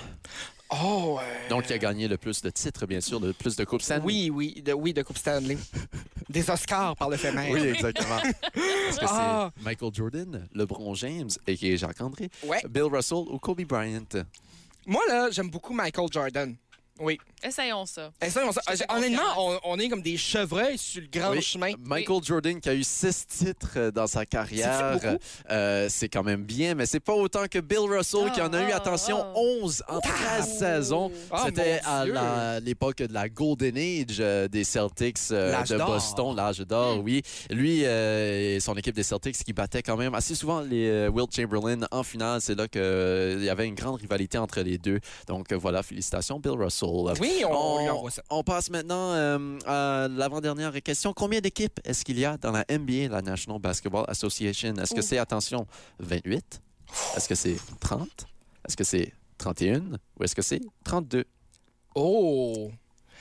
Speaker 1: Oh, euh,
Speaker 3: Donc, il a gagné le plus de titres, bien sûr, le plus de Coupes Stanley.
Speaker 1: oui, oui, de, oui, de Coupe Stanley. Des Oscars par le fait même.
Speaker 3: Oui, exactement. Est-ce que
Speaker 1: Ah.
Speaker 3: c'est Michael Jordan, LeBron James, a k a. Jacques-André,
Speaker 1: Ouais.
Speaker 3: Bill Russell ou Kobe Bryant?
Speaker 1: Moi, là, j'aime beaucoup Michael Jordan. Oui.
Speaker 5: Essayons ça.
Speaker 1: Et ça, on-
Speaker 5: Je te fais
Speaker 1: honnêtement,
Speaker 5: confiance.
Speaker 1: on, on est comme des chevreuils sur le grand
Speaker 3: Oui.
Speaker 1: chemin.
Speaker 3: Michael Jordan qui a eu six titres euh, dans sa carrière,
Speaker 1: C'est-tu beaucoup?
Speaker 3: euh, c'est quand même bien, mais c'est pas autant que Bill Russell qui en a eu,
Speaker 5: Ah,
Speaker 3: attention,
Speaker 5: ah.
Speaker 3: onze en treize saisons.
Speaker 1: Ah,
Speaker 3: C'était
Speaker 1: mon
Speaker 3: à
Speaker 1: Dieu.
Speaker 3: la- l'époque de la Golden Age euh, des Celtics euh,
Speaker 1: L'âge
Speaker 3: de
Speaker 1: d'or.
Speaker 3: Boston, l'âge d'or, oui. Lui euh, et son équipe des Celtics qui battaient quand même assez souvent les euh, Wilt Chamberlain en finale. C'est là qu'il y avait une grande rivalité entre les deux. Donc euh, voilà, félicitations Bill Russell.
Speaker 1: Oui, on, on lui
Speaker 3: On,
Speaker 1: envoie ça.
Speaker 3: on passe maintenant euh, à l'avant-dernière question. Combien d'équipes est-ce qu'il y a dans la N B A, la National Basketball Association? Est-ce que
Speaker 5: Ouh.
Speaker 3: c'est, attention, vingt-huit? Est-ce que c'est trente? Est-ce que c'est trente et un? Ou est-ce que c'est trente-deux?
Speaker 1: Oh!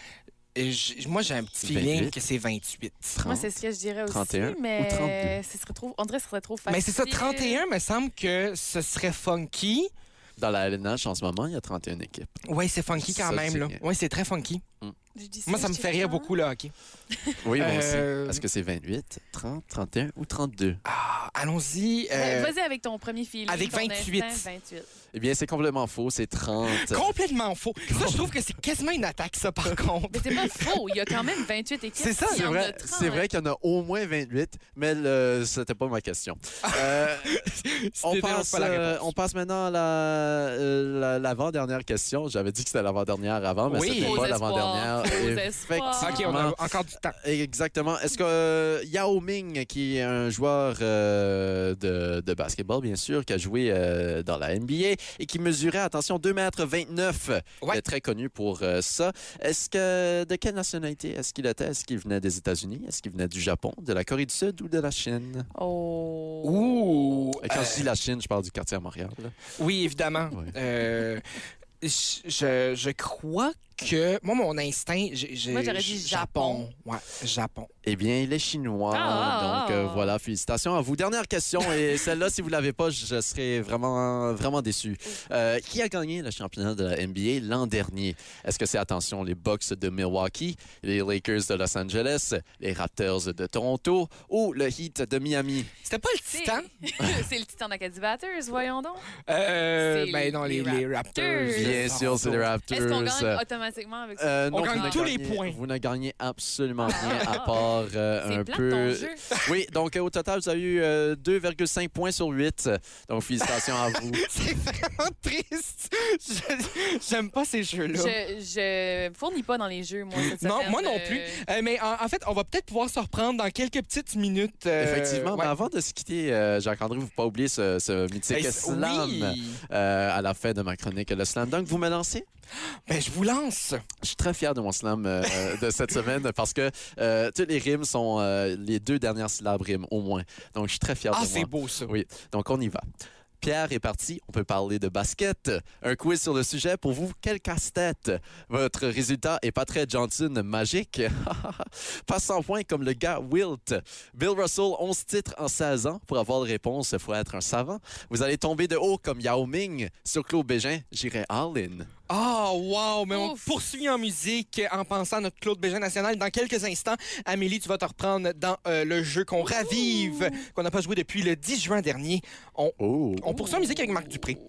Speaker 1: Et j- moi, j'ai un petit feeling
Speaker 3: vingt-huit.
Speaker 1: que c'est vingt-huit.
Speaker 5: Moi, c'est ce que je dirais aussi.
Speaker 3: trente et un ou
Speaker 5: mais
Speaker 3: trente-deux?
Speaker 5: ce serait trop, on dirait que ce serait trop facile.
Speaker 1: Mais c'est ça, trente et un, me semble que ce serait funky.
Speaker 3: Dans la L N H, en ce moment, il y a trente et une équipes.
Speaker 1: Oui, c'est funky
Speaker 3: Ça,
Speaker 1: quand même.
Speaker 3: c'est
Speaker 1: Là.
Speaker 3: bien.
Speaker 1: Oui, c'est très funky.
Speaker 5: Je dis
Speaker 1: Moi, ça me
Speaker 5: je
Speaker 1: fait
Speaker 5: dis
Speaker 1: rire
Speaker 5: ça.
Speaker 1: beaucoup, le hockey.
Speaker 3: Oui, moi
Speaker 1: Euh,
Speaker 3: aussi. Est-ce que c'est vingt-huit, trente, trente et un ou trente-deux?
Speaker 1: Ah, allons-y. euh,
Speaker 5: Ben, Vas-y avec ton premier feeling.
Speaker 1: avec
Speaker 5: ton
Speaker 1: vingt-huit.
Speaker 5: instinct, vingt-huit.
Speaker 3: Eh bien, c'est complètement faux. C'est trente.
Speaker 1: complètement faux. Ça, je trouve que c'est quasiment une attaque, ça, par contre.
Speaker 5: Mais c'est pas faux. Il y a quand même vingt-huit équipes.
Speaker 1: C'est ça,
Speaker 5: Il y
Speaker 3: C'est
Speaker 5: en a
Speaker 3: vrai,
Speaker 5: trente.
Speaker 3: c'est vrai qu'il y en a au moins vingt-huit, mais le- c'était pas ma question. Euh, on,
Speaker 1: C'était
Speaker 3: passe,
Speaker 1: pas la
Speaker 3: euh,
Speaker 1: réponse.
Speaker 3: on passe maintenant à la, euh, la- l'avant-dernière question. J'avais dit que c'était l'avant-dernière avant, mais
Speaker 1: Oui.
Speaker 3: c'était
Speaker 5: Faux
Speaker 3: pas
Speaker 5: espoirs,
Speaker 3: l'avant-dernière.
Speaker 5: faux espoirs.
Speaker 1: OK, on a encore du temps.
Speaker 3: Exactement. Est-ce que euh, Yao Ming, qui est un joueur euh, de, de basketball, bien sûr, qui a joué euh, dans la N B A et qui mesurait, attention, deux mètres vingt-neuf, il
Speaker 1: Ouais.
Speaker 3: est très connu pour euh, ça. Est-ce que, de quelle nationalité est-ce qu'il était? Est-ce qu'il venait des États-Unis? Est-ce qu'il venait du Japon, de la Corée du Sud ou de la Chine?
Speaker 5: Oh.
Speaker 1: Ouh!
Speaker 3: Et quand
Speaker 1: euh,
Speaker 3: je dis la Chine, je parle du quartier à Montréal. là.
Speaker 1: Oui, évidemment.
Speaker 3: Ouais.
Speaker 1: Euh, je, je- je crois que, moi, mon instinct, j'ai, j'ai-
Speaker 5: Moi, j'aurais dit Japon.
Speaker 1: Ouais, Japon.
Speaker 3: Eh bien, il est chinois.
Speaker 5: Ah!
Speaker 3: Donc, euh, voilà, félicitations à vous. Dernière question, et celle-là, si vous ne l'avez pas, je serais vraiment, vraiment déçu. Euh, qui a gagné le championnat de la N B A l'an dernier? Est-ce que c'est, attention, les Bucks de Milwaukee, les Lakers de Los Angeles, les Raptors de Toronto ou le Heat de Miami?
Speaker 1: C'était pas le
Speaker 5: C'est
Speaker 1: Titan?
Speaker 5: c'est le Titan d'Acadie Batters, voyons donc.
Speaker 1: Euh,
Speaker 5: C'est
Speaker 1: ben non, les,
Speaker 5: les
Speaker 1: les Raptors.
Speaker 5: Raptors.
Speaker 3: Bien sûr, c'est les Raptors.
Speaker 5: Est-ce qu'on gagne automatiquement avec ça?
Speaker 3: Euh,
Speaker 1: On
Speaker 3: non,
Speaker 1: gagne
Speaker 3: vous ne
Speaker 1: tous les
Speaker 3: gagnez-
Speaker 1: points.
Speaker 3: Vous ne gagnez absolument rien à part euh,
Speaker 5: C'est
Speaker 3: un
Speaker 5: plate,
Speaker 3: peu.
Speaker 5: ton jeu.
Speaker 3: Oui, donc euh, au total, vous avez eu euh, deux virgule cinq points sur huit. Donc félicitations à vous.
Speaker 1: C'est vraiment triste. Je- J'aime pas ces jeux-là.
Speaker 5: Je, je fournis pas dans les jeux, moi, cette
Speaker 1: Non,
Speaker 5: semaine,
Speaker 1: moi non
Speaker 5: euh,
Speaker 1: plus. Euh, mais en, en fait, on va peut-être pouvoir se reprendre dans quelques petites minutes. euh,
Speaker 3: Effectivement,
Speaker 1: ouais.
Speaker 3: mais avant de se quitter, euh, Jacques-André, vous ne pas oublier ce, ce mythique
Speaker 1: Hey,
Speaker 3: slam
Speaker 1: oui.
Speaker 3: euh, à la fin de ma chronique, le slam. Donc, vous me lancez?
Speaker 1: Ben, je vous lance.
Speaker 3: Je suis très fier de mon slam euh, de cette semaine parce que euh, toutes les rimes sont euh, les deux dernières syllabes rimes au moins. Donc, je suis très fier
Speaker 1: Ah,
Speaker 3: de
Speaker 1: c'est
Speaker 3: moi.
Speaker 1: beau, ça.
Speaker 3: Oui, donc on y va. Pierre est parti, on peut parler de basket. Un quiz sur le sujet pour vous, quel casse-tête? Votre résultat est Patrick Johnson magique. Pas cent points comme le gars Wilt. Bill Russell, onze titres en seize ans. Pour avoir la réponse, il faut être un savant. Vous allez tomber de haut comme Yao Ming. Sur Claude Bégin, j'irai all-in.
Speaker 1: Ah, wow! Mais on
Speaker 5: Ouf.
Speaker 1: poursuit en musique en pensant à notre Claude Bégin national. Dans quelques instants, Amélie, tu vas te reprendre dans euh, le jeu qu'on ravive, qu'on n'a pas joué depuis le dix juin dernier. On,
Speaker 3: Oh!
Speaker 1: on poursuit en musique avec Marc Dupré.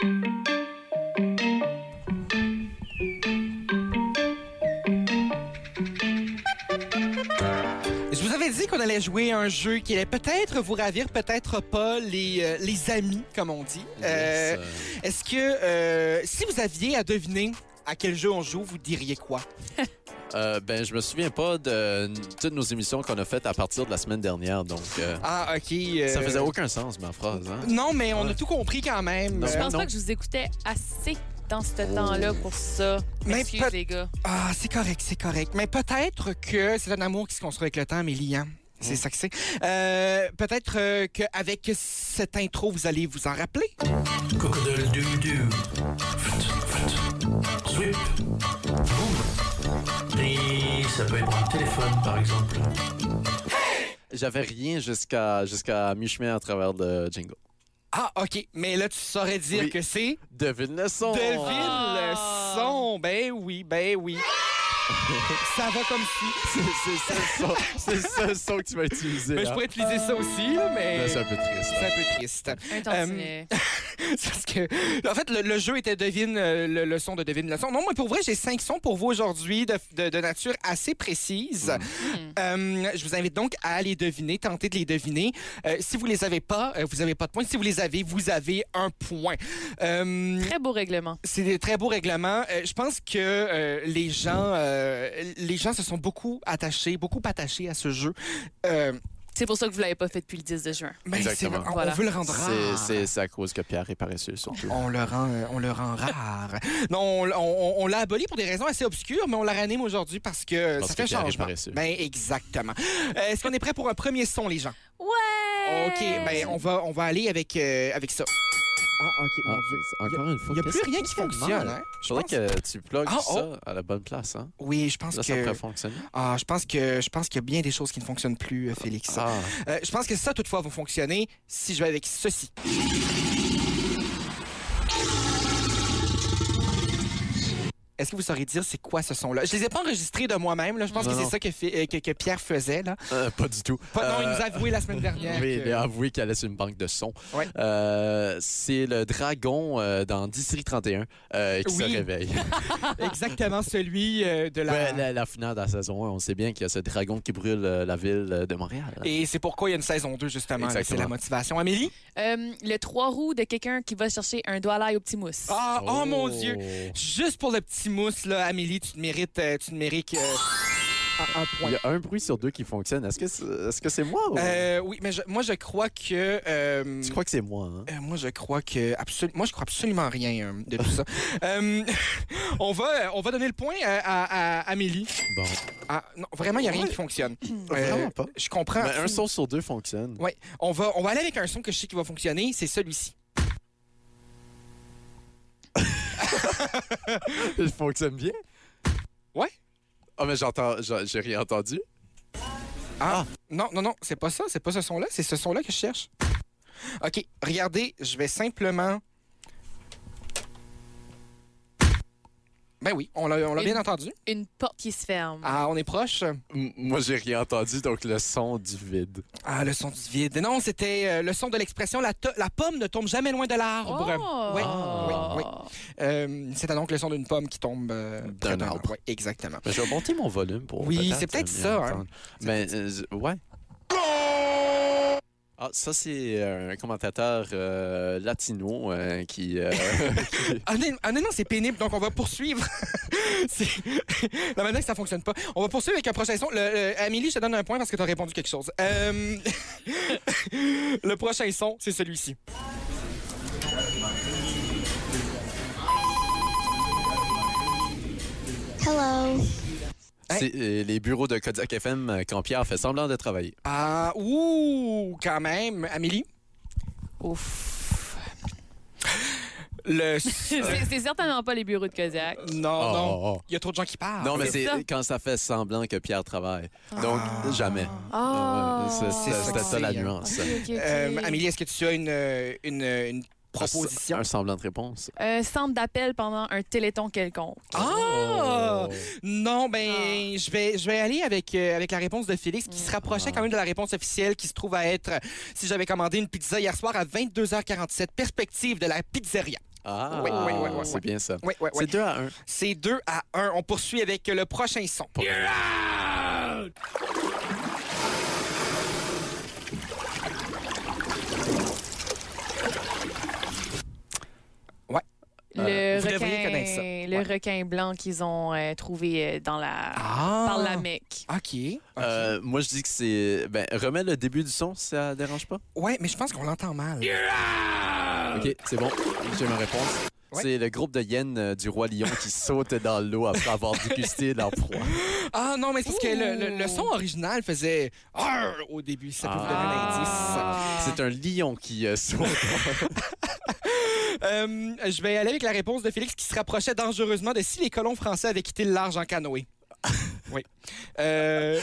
Speaker 1: Je vous avais dit qu'on allait jouer à un jeu qui allait peut-être vous ravir, peut-être pas, les, euh, les amis, comme on dit. Euh,
Speaker 3: Yes.
Speaker 1: Est-ce que euh, si vous aviez à deviner à quel jeu on joue, vous diriez quoi?
Speaker 3: Euh, ben, je me souviens pas de n- toutes nos émissions qu'on a faites à partir de la semaine dernière, donc euh,
Speaker 1: Ah, OK. euh,
Speaker 3: ça faisait aucun sens, ma phrase. Hein?
Speaker 1: Non, mais on
Speaker 3: Ouais.
Speaker 1: a tout compris quand même.
Speaker 3: Non,
Speaker 5: Je
Speaker 1: Euh,
Speaker 5: pense
Speaker 3: non.
Speaker 5: pas que je vous écoutais assez dans ce
Speaker 3: Oh.
Speaker 5: temps-là pour ça.
Speaker 1: Mais
Speaker 5: Excuse,
Speaker 1: peut-
Speaker 5: les gars.
Speaker 1: Ah, c'est correct, c'est correct. Mais peut-être que c'est un amour qui se construit avec le temps, Amélie, hein? C'est ça que c'est. Euh, peut-être euh, qu'avec cette intro, vous allez vous en rappeler.
Speaker 7: Crocodile doo doo. Fut, fut. Sweep. Boom. Et ça peut être un téléphone, par exemple.
Speaker 3: J'avais rien jusqu'à jusqu'à mi-chemin à travers le jingle.
Speaker 1: Ah, OK. Mais là, tu saurais dire
Speaker 3: Oui.
Speaker 1: que c'est...
Speaker 3: Devine le son!
Speaker 1: Devine
Speaker 5: Ah.
Speaker 1: le son. Ben oui, ben oui. Ça va comme si.
Speaker 3: C'est c'est ça le son- c'est ça le son que tu vas utiliser.
Speaker 1: Ben, je
Speaker 3: hein?
Speaker 1: pourrais utiliser ça aussi, là, mais...
Speaker 3: Là, c'est un peu triste.
Speaker 1: C'est un peu triste.
Speaker 5: Un tantinet.
Speaker 1: C'est parce que, en fait, le, le jeu était devine euh, le, le son de devine le son. Non, moi, pour vrai, j'ai cinq sons pour vous aujourd'hui de, de- de nature assez précise. Euh, je vous invite donc à les deviner, tenter de les deviner. Euh, si vous les avez pas, euh, vous n'avez pas de points. Si vous les avez, vous avez un point. Euh,
Speaker 5: Très beau règlement.
Speaker 1: c'est des très beaux règlements. Euh, je pense que euh, les gens, euh, les gens se sont beaucoup attachés, beaucoup attachés à ce jeu. Euh,
Speaker 5: C'est pour ça que vous l'avez pas fait depuis le dix de juin.
Speaker 1: ben, c'est-
Speaker 3: Exactement.
Speaker 1: on,
Speaker 5: Voilà.
Speaker 1: on veut le rendre
Speaker 3: C'est-
Speaker 1: rare.
Speaker 3: C'est c'est à cause que Pierre est paresseux, surtout.
Speaker 1: On le rend, euh, on le rend rare. Non, on, on- on l'a aboli pour des raisons assez obscures, mais on la réanime aujourd'hui parce que
Speaker 3: Parce
Speaker 1: ça
Speaker 3: que
Speaker 1: fait
Speaker 3: Pierre est
Speaker 1: changement.
Speaker 3: paresseux.
Speaker 1: Ben exactement. Euh, Est-ce qu'on est prêt pour un premier son, les gens?
Speaker 5: Ouais!
Speaker 1: OK, ben on va, on va aller avec, euh, avec ça. Ah, OK,
Speaker 3: Ah, c'est- encore une fois,
Speaker 1: Il n'y a
Speaker 3: qu'est-ce
Speaker 1: plus rien
Speaker 3: que
Speaker 1: qui
Speaker 3: ça fait
Speaker 1: fonctionne,
Speaker 3: mal?
Speaker 1: hein? Je
Speaker 3: Faudrait
Speaker 1: pense-
Speaker 3: que tu plugues
Speaker 1: Ah,
Speaker 3: ça à la bonne place, hein?
Speaker 1: Oui, je pense
Speaker 3: Là, ça
Speaker 1: que...
Speaker 3: pourrait fonctionner.
Speaker 1: Ah, je pense que je pense qu'il y a bien des choses qui ne fonctionnent plus, euh, Félix.
Speaker 3: Ah,
Speaker 1: Euh, je pense que ça, toutefois, va fonctionner si je vais avec ceci. Est-ce que vous saurez dire c'est quoi ce son-là? Je les ai pas enregistrés de moi-même. Là. Je pense
Speaker 3: Non,
Speaker 1: que c'est
Speaker 3: non.
Speaker 1: ça que, fait- euh, que, que Pierre faisait. Là.
Speaker 3: euh, pas du tout.
Speaker 1: Pas- non, il
Speaker 3: Euh,
Speaker 1: nous a avoué la semaine dernière.
Speaker 3: Oui,
Speaker 1: que-
Speaker 3: il a avoué qu'il allait sur une banque de sons.
Speaker 1: Ouais.
Speaker 3: Euh, c'est le dragon euh, dans District trente et un euh, qui
Speaker 1: Oui.
Speaker 3: se réveille.
Speaker 1: Exactement celui euh, de la...
Speaker 3: Ouais, la, la finale de la saison un, on sait bien qu'il y a ce dragon qui brûle euh, la ville euh, de Montréal.
Speaker 1: Et c'est pourquoi il y a une saison deux, justement. là. C'est
Speaker 3: Exactement.
Speaker 1: la motivation. Amélie?
Speaker 5: Euh, le trois roues de quelqu'un qui va chercher un doigt à l'ail au petit mousse.
Speaker 1: Ah, oh. mon Dieu! Juste pour le petit mousse, là, Amélie, tu te mérites, euh, tu te mérites euh, un, un point.
Speaker 3: Il y a un bruit sur deux qui fonctionne. Est-ce que c'est est-ce que c'est moi ou...
Speaker 1: Euh, oui, mais je- moi, je crois que... euh,
Speaker 3: Tu crois que c'est moi, hein?
Speaker 1: Euh, moi, je crois que absolu- moi, je crois absolument rien euh, de tout ça. Euh, on va, on va donner le point à, à- à Amélie.
Speaker 3: Bon.
Speaker 1: Ah, non, vraiment, il n'y a rien
Speaker 3: Ouais.
Speaker 1: qui fonctionne.
Speaker 3: Vraiment pas.
Speaker 1: Je comprends.
Speaker 3: Mais un son sur deux fonctionne.
Speaker 1: Ouais, on va, on va aller avec un son que je sais qui va fonctionner. C'est celui-ci.
Speaker 3: Il fonctionne bien. Ah, mais j'entends, j'ai j'ai rien entendu.
Speaker 1: Ah, non, non, non, c'est pas ça, c'est pas ce son-là, c'est ce son-là que je cherche. OK, regardez, je vais simplement... Ben oui, on l'a on l'a bien
Speaker 5: Une-
Speaker 1: entendu.
Speaker 5: Une porte qui se ferme.
Speaker 1: Ah, on est proche.
Speaker 3: M- Moi, j'ai rien entendu, donc le son du vide.
Speaker 1: Ah, le son du vide. Non, c'était euh, le son de l'expression la, to- la pomme ne tombe jamais loin de l'arbre.
Speaker 5: Oh!
Speaker 1: Oui, oui, oui. Euh, c'était donc le son d'une pomme qui tombe euh, près
Speaker 3: D'un arbre.
Speaker 1: Oui, exactement.
Speaker 3: Mais je vais monter mon volume pour.
Speaker 1: Oui, c'est peut-être
Speaker 3: mieux
Speaker 1: ça, hein.
Speaker 3: entendre. Mais, euh, ouais. Ah, ça, c'est euh, un commentateur euh, latino euh, qui. euh,
Speaker 1: Honnêtement, honnêtement, c'est pénible, donc on va poursuivre. C'est- La manière que ça fonctionne pas. On va poursuivre avec un prochain son. Le, le- Amélie, je te donne un point parce que tu as répondu quelque chose. Euh, Le prochain son, c'est celui-ci.
Speaker 8: Hello.
Speaker 3: c'est euh, les bureaux de Kodiak F M euh, quand Pierre fait semblant de travailler.
Speaker 1: Ah, ouh, quand même. Amélie?
Speaker 5: Ouf.
Speaker 1: Le...
Speaker 5: C'est c'est certainement pas les bureaux de Kodiak.
Speaker 1: Non,
Speaker 3: Oh,
Speaker 1: non.
Speaker 3: oh, oh.
Speaker 1: Il y a trop de gens qui parlent.
Speaker 3: Non, mais
Speaker 5: c'est
Speaker 3: c'est
Speaker 5: ça.
Speaker 3: quand ça fait semblant que Pierre travaille. Donc, jamais.
Speaker 5: Ah!
Speaker 3: Ah ouais, c'est-
Speaker 1: c'est
Speaker 3: c'est- C'était ça la
Speaker 1: sexy, hein.
Speaker 3: nuance.
Speaker 5: Ok, ok, ok.
Speaker 1: Euh, Amélie, est-ce que tu as une, euh, une, une proposition?
Speaker 3: Un semblant de réponse.
Speaker 5: Un centre d'appel pendant un téléthon quelconque.
Speaker 1: Ah!
Speaker 3: Oh.
Speaker 1: Non, ben,
Speaker 5: Ah.
Speaker 1: je vais, je vais aller avec, euh, avec la réponse de Félix, qui se rapprochait quand même de la réponse officielle, qui se trouve à être, euh, si j'avais commandé une pizza hier soir à vingt-deux heures quarante-sept, perspective de la pizzeria.
Speaker 3: Ah,
Speaker 1: Oui, oui, oui, oui,
Speaker 3: c'est
Speaker 1: oui.
Speaker 3: bien ça.
Speaker 1: Oui, oui, oui.
Speaker 3: C'est deux à un.
Speaker 1: C'est deux à un. On poursuit avec le prochain son.
Speaker 5: Le
Speaker 1: Euh, vous devriez
Speaker 5: requin,
Speaker 1: connaître ça.
Speaker 5: le
Speaker 1: Ouais.
Speaker 5: requin blanc qu'ils ont euh, trouvé euh, dans la,
Speaker 1: Ah!
Speaker 5: par la Mecque.
Speaker 1: OK. OK.
Speaker 3: Euh, moi, je dis que c'est. Ben, remets le début du son, si ça dérange pas.
Speaker 1: Ouais, mais je pense qu'on l'entend mal.
Speaker 3: OK, c'est bon. J'ai ma réponse.
Speaker 1: Ouais.
Speaker 3: C'est le groupe de hyènes euh, du Roi Lion qui saute dans l'eau après avoir dégusté leur proie.
Speaker 1: Ah non, mais c'est parce que le, le- le son original faisait Arr au début. Ça peut vous donner
Speaker 3: Ah. C'est un lion qui euh, saute.
Speaker 1: un indice. Euh, je vais aller avec la réponse de Félix qui se rapprochait dangereusement de si les colons français avaient quitté le large en canoë. Oui. Euh...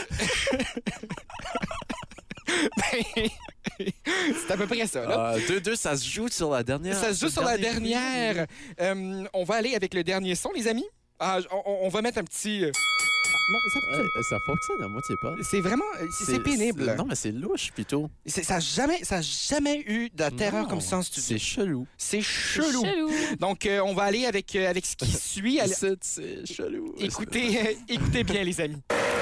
Speaker 1: ben, c'est à peu près ça, là.
Speaker 3: Ah, deux deux, ça se joue sur la dernière.
Speaker 1: Ça se joue sur la dernière. Euh, on va aller avec le dernier son, les amis. Ah, on, on va mettre un petit... euh, ah, non, ça fonctionne
Speaker 3: Ouais, ça fonctionne à moitié pas.
Speaker 1: pas. C'est vraiment... c'est- C'est pénible.
Speaker 3: c'est- Non, mais c'est louche plutôt.
Speaker 1: C'est- Ça n'a jamais, ça a jamais eu de terreur
Speaker 3: Non,
Speaker 1: comme ça en studio.
Speaker 3: C'est chelou.
Speaker 1: C'est chelou.
Speaker 5: Chelou.
Speaker 1: Donc, euh, on va aller avec, euh, avec ce qui suit. Allez,
Speaker 3: C'est c'est chelou.
Speaker 1: écoutez, euh, écoutez bien, les amis.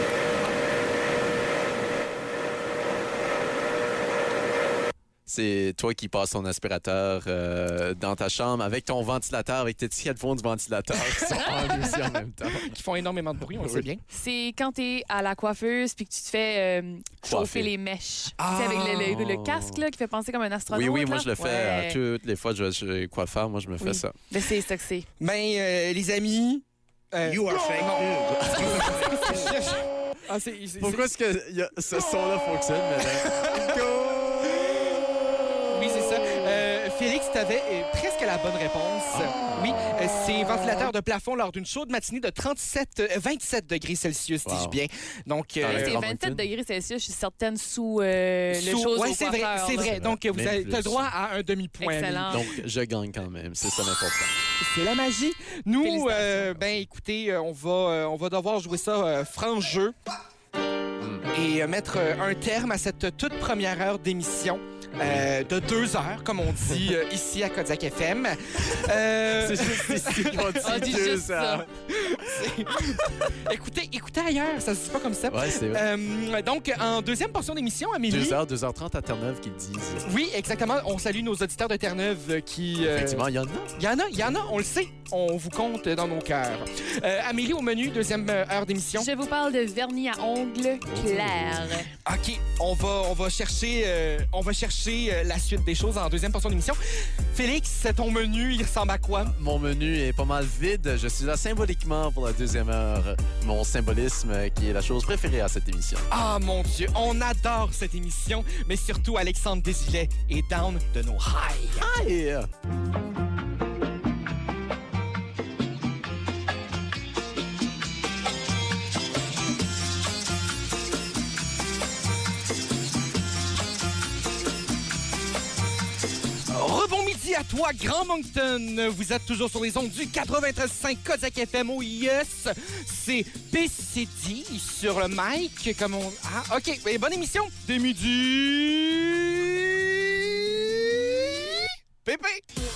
Speaker 3: C'est toi qui passes ton aspirateur euh, dans ta chambre avec ton ventilateur, avec tes petits headphones du ventilateur qui sont en aussi en même temps.
Speaker 1: Qui font énormément de bruit, on le sait
Speaker 3: Oui.
Speaker 1: bien.
Speaker 5: C'est quand t'es à la coiffeuse puis que tu te fais euh,
Speaker 3: Coiffer.
Speaker 5: chauffer les mèches.
Speaker 1: Ah.
Speaker 5: Tu sais, avec le, le- le casque là, qui fait penser comme un astronaute.
Speaker 3: Oui, oui, moi
Speaker 5: là.
Speaker 3: je le fais
Speaker 5: Ouais.
Speaker 3: euh, toutes les fois que je vais chez coiffeur, moi je me fais
Speaker 5: Oui.
Speaker 3: ça.
Speaker 5: Ben, c'est ça que c'est.
Speaker 1: Ben, euh, les amis... euh,
Speaker 7: You are fake news.
Speaker 1: Ah, c'est- c'est-
Speaker 3: Pourquoi est-ce que y a- ce son-là fonctionne maintenant?
Speaker 1: Oui, c'est ça. Euh, Félix, tu avais presque la bonne réponse. Oui, euh, c'est ventilateur de plafond lors d'une chaude matinée de trente-sept, euh, vingt-sept degrés Celsius, dis-je
Speaker 3: Wow.
Speaker 1: bien. Donc,
Speaker 3: Dans
Speaker 1: euh,
Speaker 3: le
Speaker 5: C'est
Speaker 3: Grand
Speaker 5: vingt-sept
Speaker 3: Moncton.
Speaker 5: degrés Celsius, je suis certaine, sous euh, le
Speaker 1: sous-
Speaker 5: chose
Speaker 1: ouais,
Speaker 5: au
Speaker 1: c'est vrai,
Speaker 5: coiffeur,
Speaker 1: c'est
Speaker 5: là.
Speaker 1: vrai. Donc, vous
Speaker 3: Même
Speaker 1: avez
Speaker 3: plus.
Speaker 1: t'as le droit à un demi-point.
Speaker 5: Excellent.
Speaker 1: Amélie.
Speaker 3: Donc je gagne quand même, c'est ça l'important.
Speaker 1: C'est la magie. Nous,
Speaker 5: Félicitations.
Speaker 1: euh, ben, écoutez, euh, on va, euh, on va devoir jouer ça euh, franc jeu et euh, mettre euh, un terme à cette toute première heure d'émission. euh, de deux heures, comme on dit euh, ici à Kodiak F M. Euh,
Speaker 3: C'est juste ici qu'on dit
Speaker 5: On dit
Speaker 3: deux
Speaker 5: juste ça.
Speaker 3: heures.
Speaker 1: écoutez, écoutez ailleurs, ça se dit pas comme ça.
Speaker 3: Ouais, c'est vrai.
Speaker 1: Euh, donc, en deuxième portion d'émission, Amélie.
Speaker 3: deux heures, deux heures trente à Terre-Neuve qu'ils disent.
Speaker 1: Oui, exactement. On salue nos auditeurs de Terre-Neuve euh, qui... euh,
Speaker 3: Effectivement, il y en a.
Speaker 1: Il y en a, il y en a, on le sait. On vous compte dans nos cœurs. Euh, Amélie, au menu, deuxième euh, heure d'émission.
Speaker 5: Je vous parle de vernis à ongles clair.
Speaker 1: OK, on va, on va chercher, euh, on va chercher euh, la suite des choses en deuxième portion d'émission. Félix, ton menu, il ressemble à quoi?
Speaker 3: Mon menu est pas mal vide. Je suis là symboliquement pour la deuxième heure. Mon symbolisme euh, qui est la chose préférée à cette émission.
Speaker 1: Ah, mon Dieu, on adore cette émission, mais surtout Alexandre Desilets est down de nos highs.
Speaker 3: Hey!
Speaker 1: à toi, Grand Moncton. Vous êtes toujours sur les ondes du quatre-vingt-treize cinq Kodiak F M. Oh yes! C'est P C D sur le mic. Comme on... Ah, OK. Et bonne émission de midi. Pépé.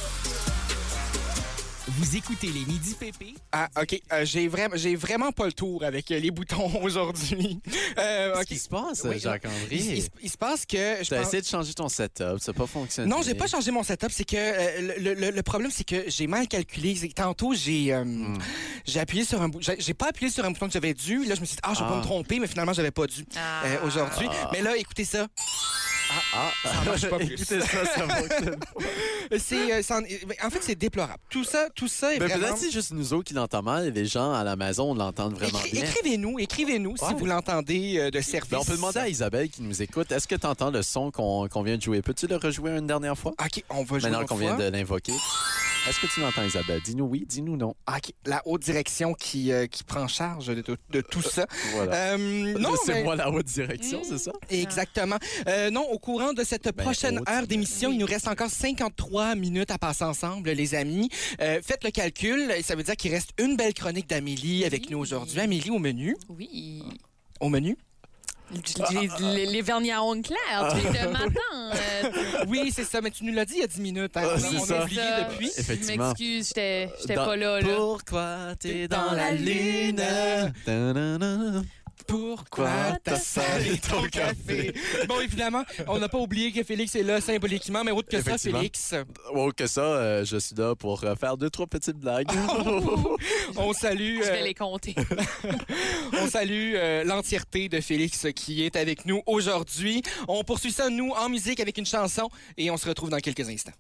Speaker 4: Vous écoutez les Midi Pépé?
Speaker 1: Ah, OK. Euh, j'ai, vraiment, j'ai vraiment pas le tour avec euh, les boutons aujourd'hui. Euh,
Speaker 3: Qu'est-ce
Speaker 1: OK.
Speaker 3: qui se passe,
Speaker 1: Oui,
Speaker 3: Jacques-André?
Speaker 1: Il, il se- il se passe que... je
Speaker 3: T'as
Speaker 1: pense-
Speaker 3: essayé de changer ton setup, ça n'a pas fonctionné.
Speaker 1: Non, j'ai pas changé mon setup. C'est que euh, le, le- le problème, c'est que j'ai mal calculé. C'est que Tantôt, j'ai euh,
Speaker 3: Hmm.
Speaker 1: j'ai appuyé sur un bouton. J'ai j'ai pas appuyé sur un bouton que j'avais dû. Là, je me suis dit, ah, je vais
Speaker 3: Ah.
Speaker 1: pas me tromper, mais finalement, j'avais pas dû
Speaker 5: Ah.
Speaker 1: euh, aujourd'hui. Mais là, écoutez ça.
Speaker 3: Ah,
Speaker 1: Ça marche pas plus.
Speaker 3: Écoutez ça, ça fonctionne pas.
Speaker 1: C'est, euh, ça en, en fait, c'est déplorable. Tout ça, tout ça est
Speaker 3: Mais
Speaker 1: vraiment...
Speaker 3: peut-être c'est juste nous autres qui l'entendent mal et les gens à la maison l'entendent vraiment
Speaker 1: Écri-
Speaker 3: bien.
Speaker 1: Écrivez-nous, écrivez-nous si
Speaker 3: Ouais.
Speaker 1: vous l'entendez euh, de service.
Speaker 3: Ben, on peut demander à Isabelle qui nous écoute, est-ce que tu entends le son qu'on qu'on vient de jouer? Peux-tu le rejouer une dernière fois?
Speaker 1: OK, on va jouer
Speaker 3: Maintenant
Speaker 1: une
Speaker 3: qu'on
Speaker 1: autre
Speaker 3: vient
Speaker 1: fois.
Speaker 3: de l'invoquer. Est-ce que tu l'entends, Isabelle? Dis-nous oui, dis-nous non.
Speaker 1: OK, la haute direction qui, euh, qui prend charge de, de- de tout ça.
Speaker 3: Voilà.
Speaker 1: Euh, non,
Speaker 3: c'est
Speaker 1: mais-
Speaker 3: moi la haute direction,
Speaker 5: Mm.
Speaker 3: c'est ça?
Speaker 1: Exactement. Euh, non, au courant de cette
Speaker 3: Ben,
Speaker 1: prochaine
Speaker 3: haute.
Speaker 1: heure d'émission, il nous reste encore cinquante-trois minutes à passer ensemble, les amis. Euh, faites le calcul. Ça veut dire qu'il reste une belle chronique d'Amélie avec
Speaker 5: Oui.
Speaker 1: nous aujourd'hui. Amélie, au menu.
Speaker 5: Oui.
Speaker 1: Au menu.
Speaker 5: Les, les, les vernis à ongles clairs, tu es de matin. euh,
Speaker 1: Oui, c'est ça. Mais tu nous l'as dit il y a dix minutes. hein.
Speaker 3: Ah,
Speaker 1: on
Speaker 3: c'est
Speaker 1: on
Speaker 3: ça.
Speaker 1: a oublié
Speaker 5: ça.
Speaker 1: depuis.
Speaker 5: Je
Speaker 3: Effectivement.
Speaker 5: m'excuse, j'étais j'étais
Speaker 3: Dans-
Speaker 5: pas là. là.
Speaker 3: Pourquoi t'es dans,
Speaker 1: dans
Speaker 3: la
Speaker 1: la
Speaker 3: lune? Ta-da-da.
Speaker 1: Pourquoi t'as salé ton café? Bon, évidemment, on n'a pas oublié que Félix est là symboliquement, mais autre que ça,
Speaker 3: Effectivement.
Speaker 1: Félix,
Speaker 3: Oh, que ça, euh, je suis là pour euh, faire deux, trois petites blagues.
Speaker 1: on salue,
Speaker 5: Je vais
Speaker 1: euh,
Speaker 5: les compter.
Speaker 1: on salue euh, l'entièreté de Félix qui est avec nous aujourd'hui. On poursuit ça, nous, en musique avec une chanson et on se retrouve dans quelques instants.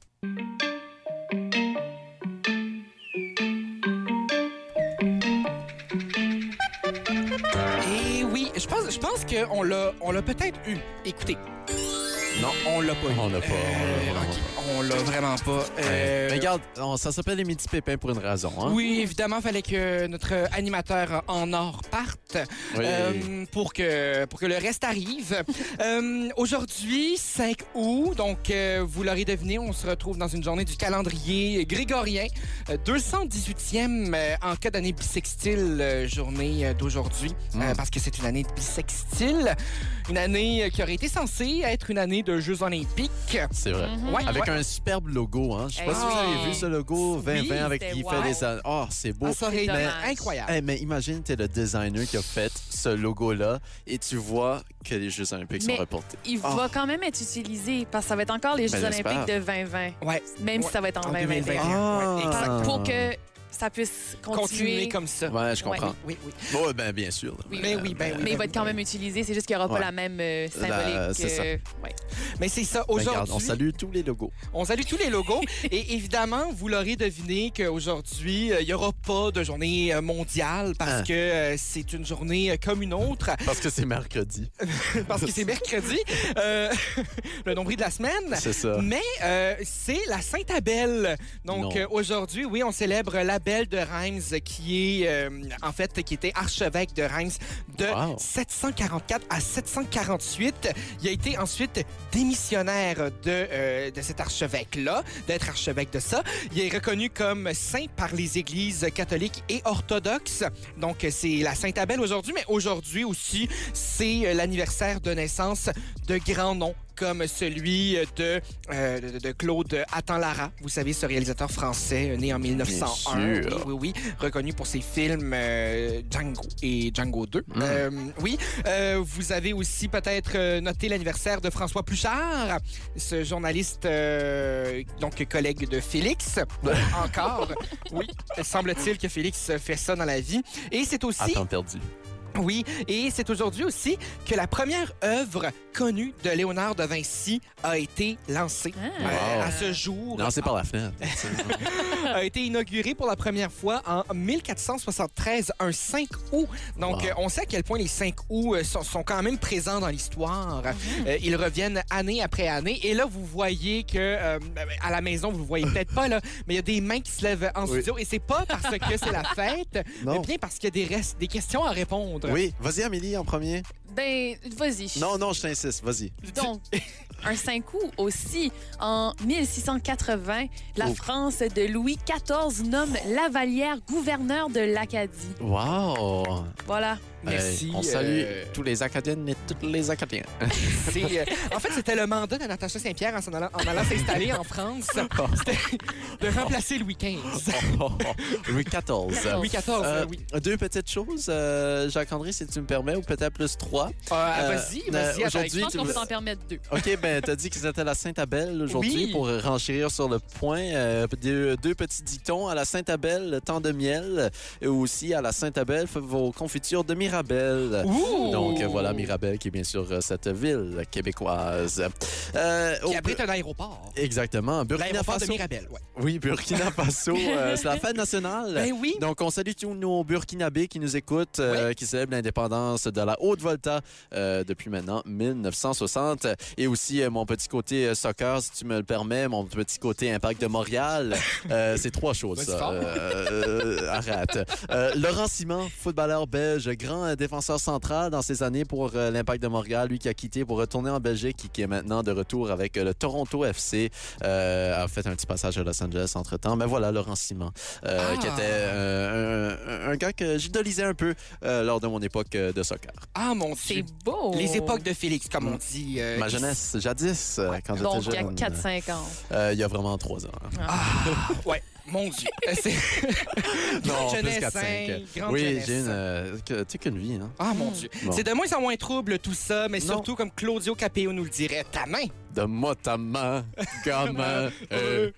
Speaker 1: Et oui, je pense, je pense qu'on l'a, on l'a peut-être eu. Écoutez. Non, on l'a pas eu.
Speaker 3: On l'a pas, on l'a
Speaker 1: Euh,
Speaker 3: vraiment
Speaker 1: OK, on l'a vraiment pas. Euh,
Speaker 3: Mais regarde, on- ça s'appelle les Midi Pépins pour une raison. Hein?
Speaker 1: Oui, évidemment, fallait que notre animateur en or parte
Speaker 3: Oui.
Speaker 1: euh, pour, que, pour que le reste arrive. Euh, Aujourd'hui, cinq août, donc euh, vous l'aurez deviné, on se retrouve dans une journée du calendrier grégorien. Euh, deux cent dix-huitième euh, en cas d'année bissextile, euh, journée euh, d'aujourd'hui, euh,
Speaker 3: Mm.
Speaker 1: parce que c'est une année bissextile. Une année euh, qui aurait été censée être une année de Jeux olympiques.
Speaker 3: C'est vrai.
Speaker 5: Mhm.
Speaker 1: Ouais,
Speaker 3: Avec
Speaker 1: ouais.
Speaker 3: un superbe logo, hein. Je sais pas
Speaker 5: Eh
Speaker 3: si vous
Speaker 5: oui.
Speaker 3: avez vu ce logo vingt vingt
Speaker 1: Oui,
Speaker 3: avec
Speaker 5: c'était
Speaker 3: qui
Speaker 5: wow.
Speaker 3: fait les... an- Oh, c'est beau.
Speaker 1: Ah, ça aurait été
Speaker 5: dommage.
Speaker 1: incroyable.
Speaker 3: Hey, mais imagine, t'es le designer qui a fait ce logo-là et tu vois que les Jeux olympiques
Speaker 5: Mais-
Speaker 3: sont reportés.
Speaker 5: Il
Speaker 3: Oh.
Speaker 5: va quand même être utilisé parce que ça va être encore les Jeux
Speaker 3: Ben, j'espère.
Speaker 5: olympiques de vingt vingt,
Speaker 1: Ouais.
Speaker 5: même
Speaker 1: Ouais.
Speaker 5: si ça va être en,
Speaker 1: En
Speaker 5: vingt vingt et un.
Speaker 1: deux mille vingt et un. Ouais, exact.
Speaker 3: Ah.
Speaker 5: Pour que ça puisse continuer.
Speaker 1: Continuer comme ça.
Speaker 3: Ouais, je comprends.
Speaker 1: Oui, oui.
Speaker 3: Bon, ben, bien sûr. là.
Speaker 5: Oui.
Speaker 1: Mais oui, ben oui.
Speaker 5: Mais il va être quand même utilisé, c'est juste qu'il n'y aura
Speaker 3: Ouais.
Speaker 5: pas la même euh, symbolique.
Speaker 3: La- c'est ça.
Speaker 5: euh, ouais.
Speaker 1: Mais c'est ça,
Speaker 3: Ben, regarde,
Speaker 1: aujourd'hui,
Speaker 3: on salue tous les logos.
Speaker 1: on salue tous les logos. Et évidemment, vous l'aurez deviné qu'aujourd'hui, euh, il n'y aura pas de journée euh, mondiale parce
Speaker 3: Hein.
Speaker 1: que euh, c'est une journée euh, comme une autre,
Speaker 3: Parce que c'est mercredi.
Speaker 1: parce que c'est mercredi, euh, le nombril de la semaine.
Speaker 3: C'est ça.
Speaker 1: Mais euh, c'est la Sainte-Abelle. Donc
Speaker 3: Non.
Speaker 1: euh, aujourd'hui, oui, on célèbre l'Abelle de Reims qui est euh, en fait qui était archevêque de Reims de
Speaker 3: Wow.
Speaker 1: sept cent quarante-quatre à sept cent quarante-huit. Il a été ensuite démissionnaire de, euh, de cet archevêque-là, d'être archevêque de ça. Il est reconnu comme saint par les églises catholiques et orthodoxes. Donc c'est la Sainte-Abelle aujourd'hui, mais aujourd'hui aussi, c'est euh, l'anniversaire de naissance de grands noms comme celui de, euh, de, de Claude Attan-Lara. Vous savez, ce réalisateur français euh, né en mille neuf cent un.
Speaker 3: Bien sûr.
Speaker 1: Oui, oui, oui. Reconnu pour ses films euh, Django et Django deux.
Speaker 3: Mm.
Speaker 1: Euh, oui. Euh, vous avez aussi peut-être euh, noté l'anniversaire de François Pluchart, ce journaliste, euh, donc collègue de Félix. Encore. Oui. Semble-t-il que Félix fait ça dans la vie. Et c'est aussi...
Speaker 3: À temps perdu.
Speaker 1: Oui, et c'est aujourd'hui aussi que la première œuvre connue de Léonard de Vinci a été lancée.
Speaker 5: Ah.
Speaker 1: Euh,
Speaker 3: Wow.
Speaker 1: à ce jour,
Speaker 3: Non, c'est par la fenêtre.
Speaker 1: a été inaugurée pour la première fois en mille quatre cent soixante-treize, un cinq août. Donc,
Speaker 3: Wow.
Speaker 1: euh, on sait à quel point les cinq août euh, sont, sont quand même présents dans l'histoire. Euh, ils reviennent année après année. Et là, vous voyez que, euh, à la maison, vous le voyez peut-être pas, là, mais il y a des mains qui se lèvent en
Speaker 3: Oui.
Speaker 1: studio. Et c'est pas parce que c'est la fête, mais
Speaker 3: Non.
Speaker 1: bien parce qu'il y a des, restes, des questions à répondre.
Speaker 3: Oui, vas-y, Amélie, en premier.
Speaker 5: Ben, vas-y.
Speaker 3: Non, non, je t'insiste, vas-y.
Speaker 5: Donc, Un cinq août aussi, en mille six cent quatre-vingts, la
Speaker 3: Oh.
Speaker 5: France de Louis quatorze nomme Lavallière gouverneur de l'Acadie.
Speaker 3: Wow!
Speaker 5: Voilà.
Speaker 1: Merci.
Speaker 3: Hey, on salue
Speaker 1: euh,
Speaker 3: tous les Acadiennes et tous les Acadiens.
Speaker 1: c'est, euh, en fait, c'était le mandat de Natacha Saint-Pierre en, s'en allant, en allant s'installer en France. C'était de remplacer Louis quinze.
Speaker 3: Louis quatorze.
Speaker 1: Louis quatorze,
Speaker 3: Euh,
Speaker 1: euh, oui.
Speaker 3: Deux petites choses, euh, Jacques-André, si tu me permets, ou peut-être plus trois.
Speaker 1: Euh,
Speaker 3: euh,
Speaker 1: vas-y,
Speaker 3: euh,
Speaker 1: vas-y.
Speaker 3: aujourd'hui,
Speaker 5: Je pense
Speaker 3: tu
Speaker 5: qu'on
Speaker 3: me-
Speaker 5: peut s'en permettre deux.
Speaker 3: OK, ben t'as dit que c'était la Sainte-Abelle aujourd'hui
Speaker 1: Oui.
Speaker 3: pour renchérir sur le point. Euh, deux, deux petits dictons. À la Sainte-Abelle, le temps de miel. Et aussi à la Sainte-Abelle, faites vos confitures de Mirabelle.
Speaker 1: Ouh!
Speaker 3: Donc euh, voilà Mirabelle qui est bien sûr euh, cette ville québécoise. Euh,
Speaker 1: Qui
Speaker 3: au-
Speaker 1: abrite un aéroport.
Speaker 3: Exactement. Burkina
Speaker 1: L'aéroport de
Speaker 3: Faso.
Speaker 1: Mirabelle, ouais.
Speaker 3: Oui, Burkina Faso, euh, c'est la fête nationale.
Speaker 1: Ben oui.
Speaker 3: Donc, on salue tous nos Burkinabés qui nous écoutent, euh, qui célèbrent l'indépendance de la Haute-Volta euh, depuis maintenant mille neuf cent soixante. Et aussi, euh, mon petit côté euh, soccer, si tu me le permets, mon petit côté Impact de Montréal. Euh, c'est trois choses,
Speaker 1: Vas-y
Speaker 3: ça.
Speaker 1: fort.
Speaker 3: Euh, euh, arrête. Euh, Laurent Simon, footballeur belge, grand euh, défenseur central dans ses années pour euh, l'Impact de Montréal, lui qui a quitté pour retourner en Belgique et qui est maintenant de retour avec euh, le Toronto F C. Euh, a fait un petit passage à Los Angeles entre-temps. Mais voilà, Laurent Simon, euh,
Speaker 1: Ah.
Speaker 3: qui était euh, un, un gars que j'idolisais un peu euh, lors de mon époque euh, de soccer.
Speaker 1: Ah, mon
Speaker 5: C'est
Speaker 1: Dieu.
Speaker 5: beau.
Speaker 1: Les époques de Félix, comme on dit. euh,
Speaker 3: Ma jeunesse, jadis, euh, quand j'étais
Speaker 5: Donc, il y a
Speaker 3: jeune.
Speaker 5: quatre cinq ans.
Speaker 3: Euh, il y a vraiment trois ans.
Speaker 1: Ouais, mon Dieu. Euh, C'est... grande
Speaker 3: plus
Speaker 1: jeunesse,
Speaker 3: quatre cinq.
Speaker 1: hein, grande
Speaker 3: Oui,
Speaker 1: jeunesse.
Speaker 3: j'ai une... euh, que- tu sais qu'une vie, hein?
Speaker 1: Ah, mon Dieu.
Speaker 3: Bon.
Speaker 1: C'est de moins en moins trouble, tout ça, mais
Speaker 3: Non.
Speaker 1: surtout, comme Claudio Capéo nous le dirait, ta main.
Speaker 3: Donne-moi ta main, gamin. Euh,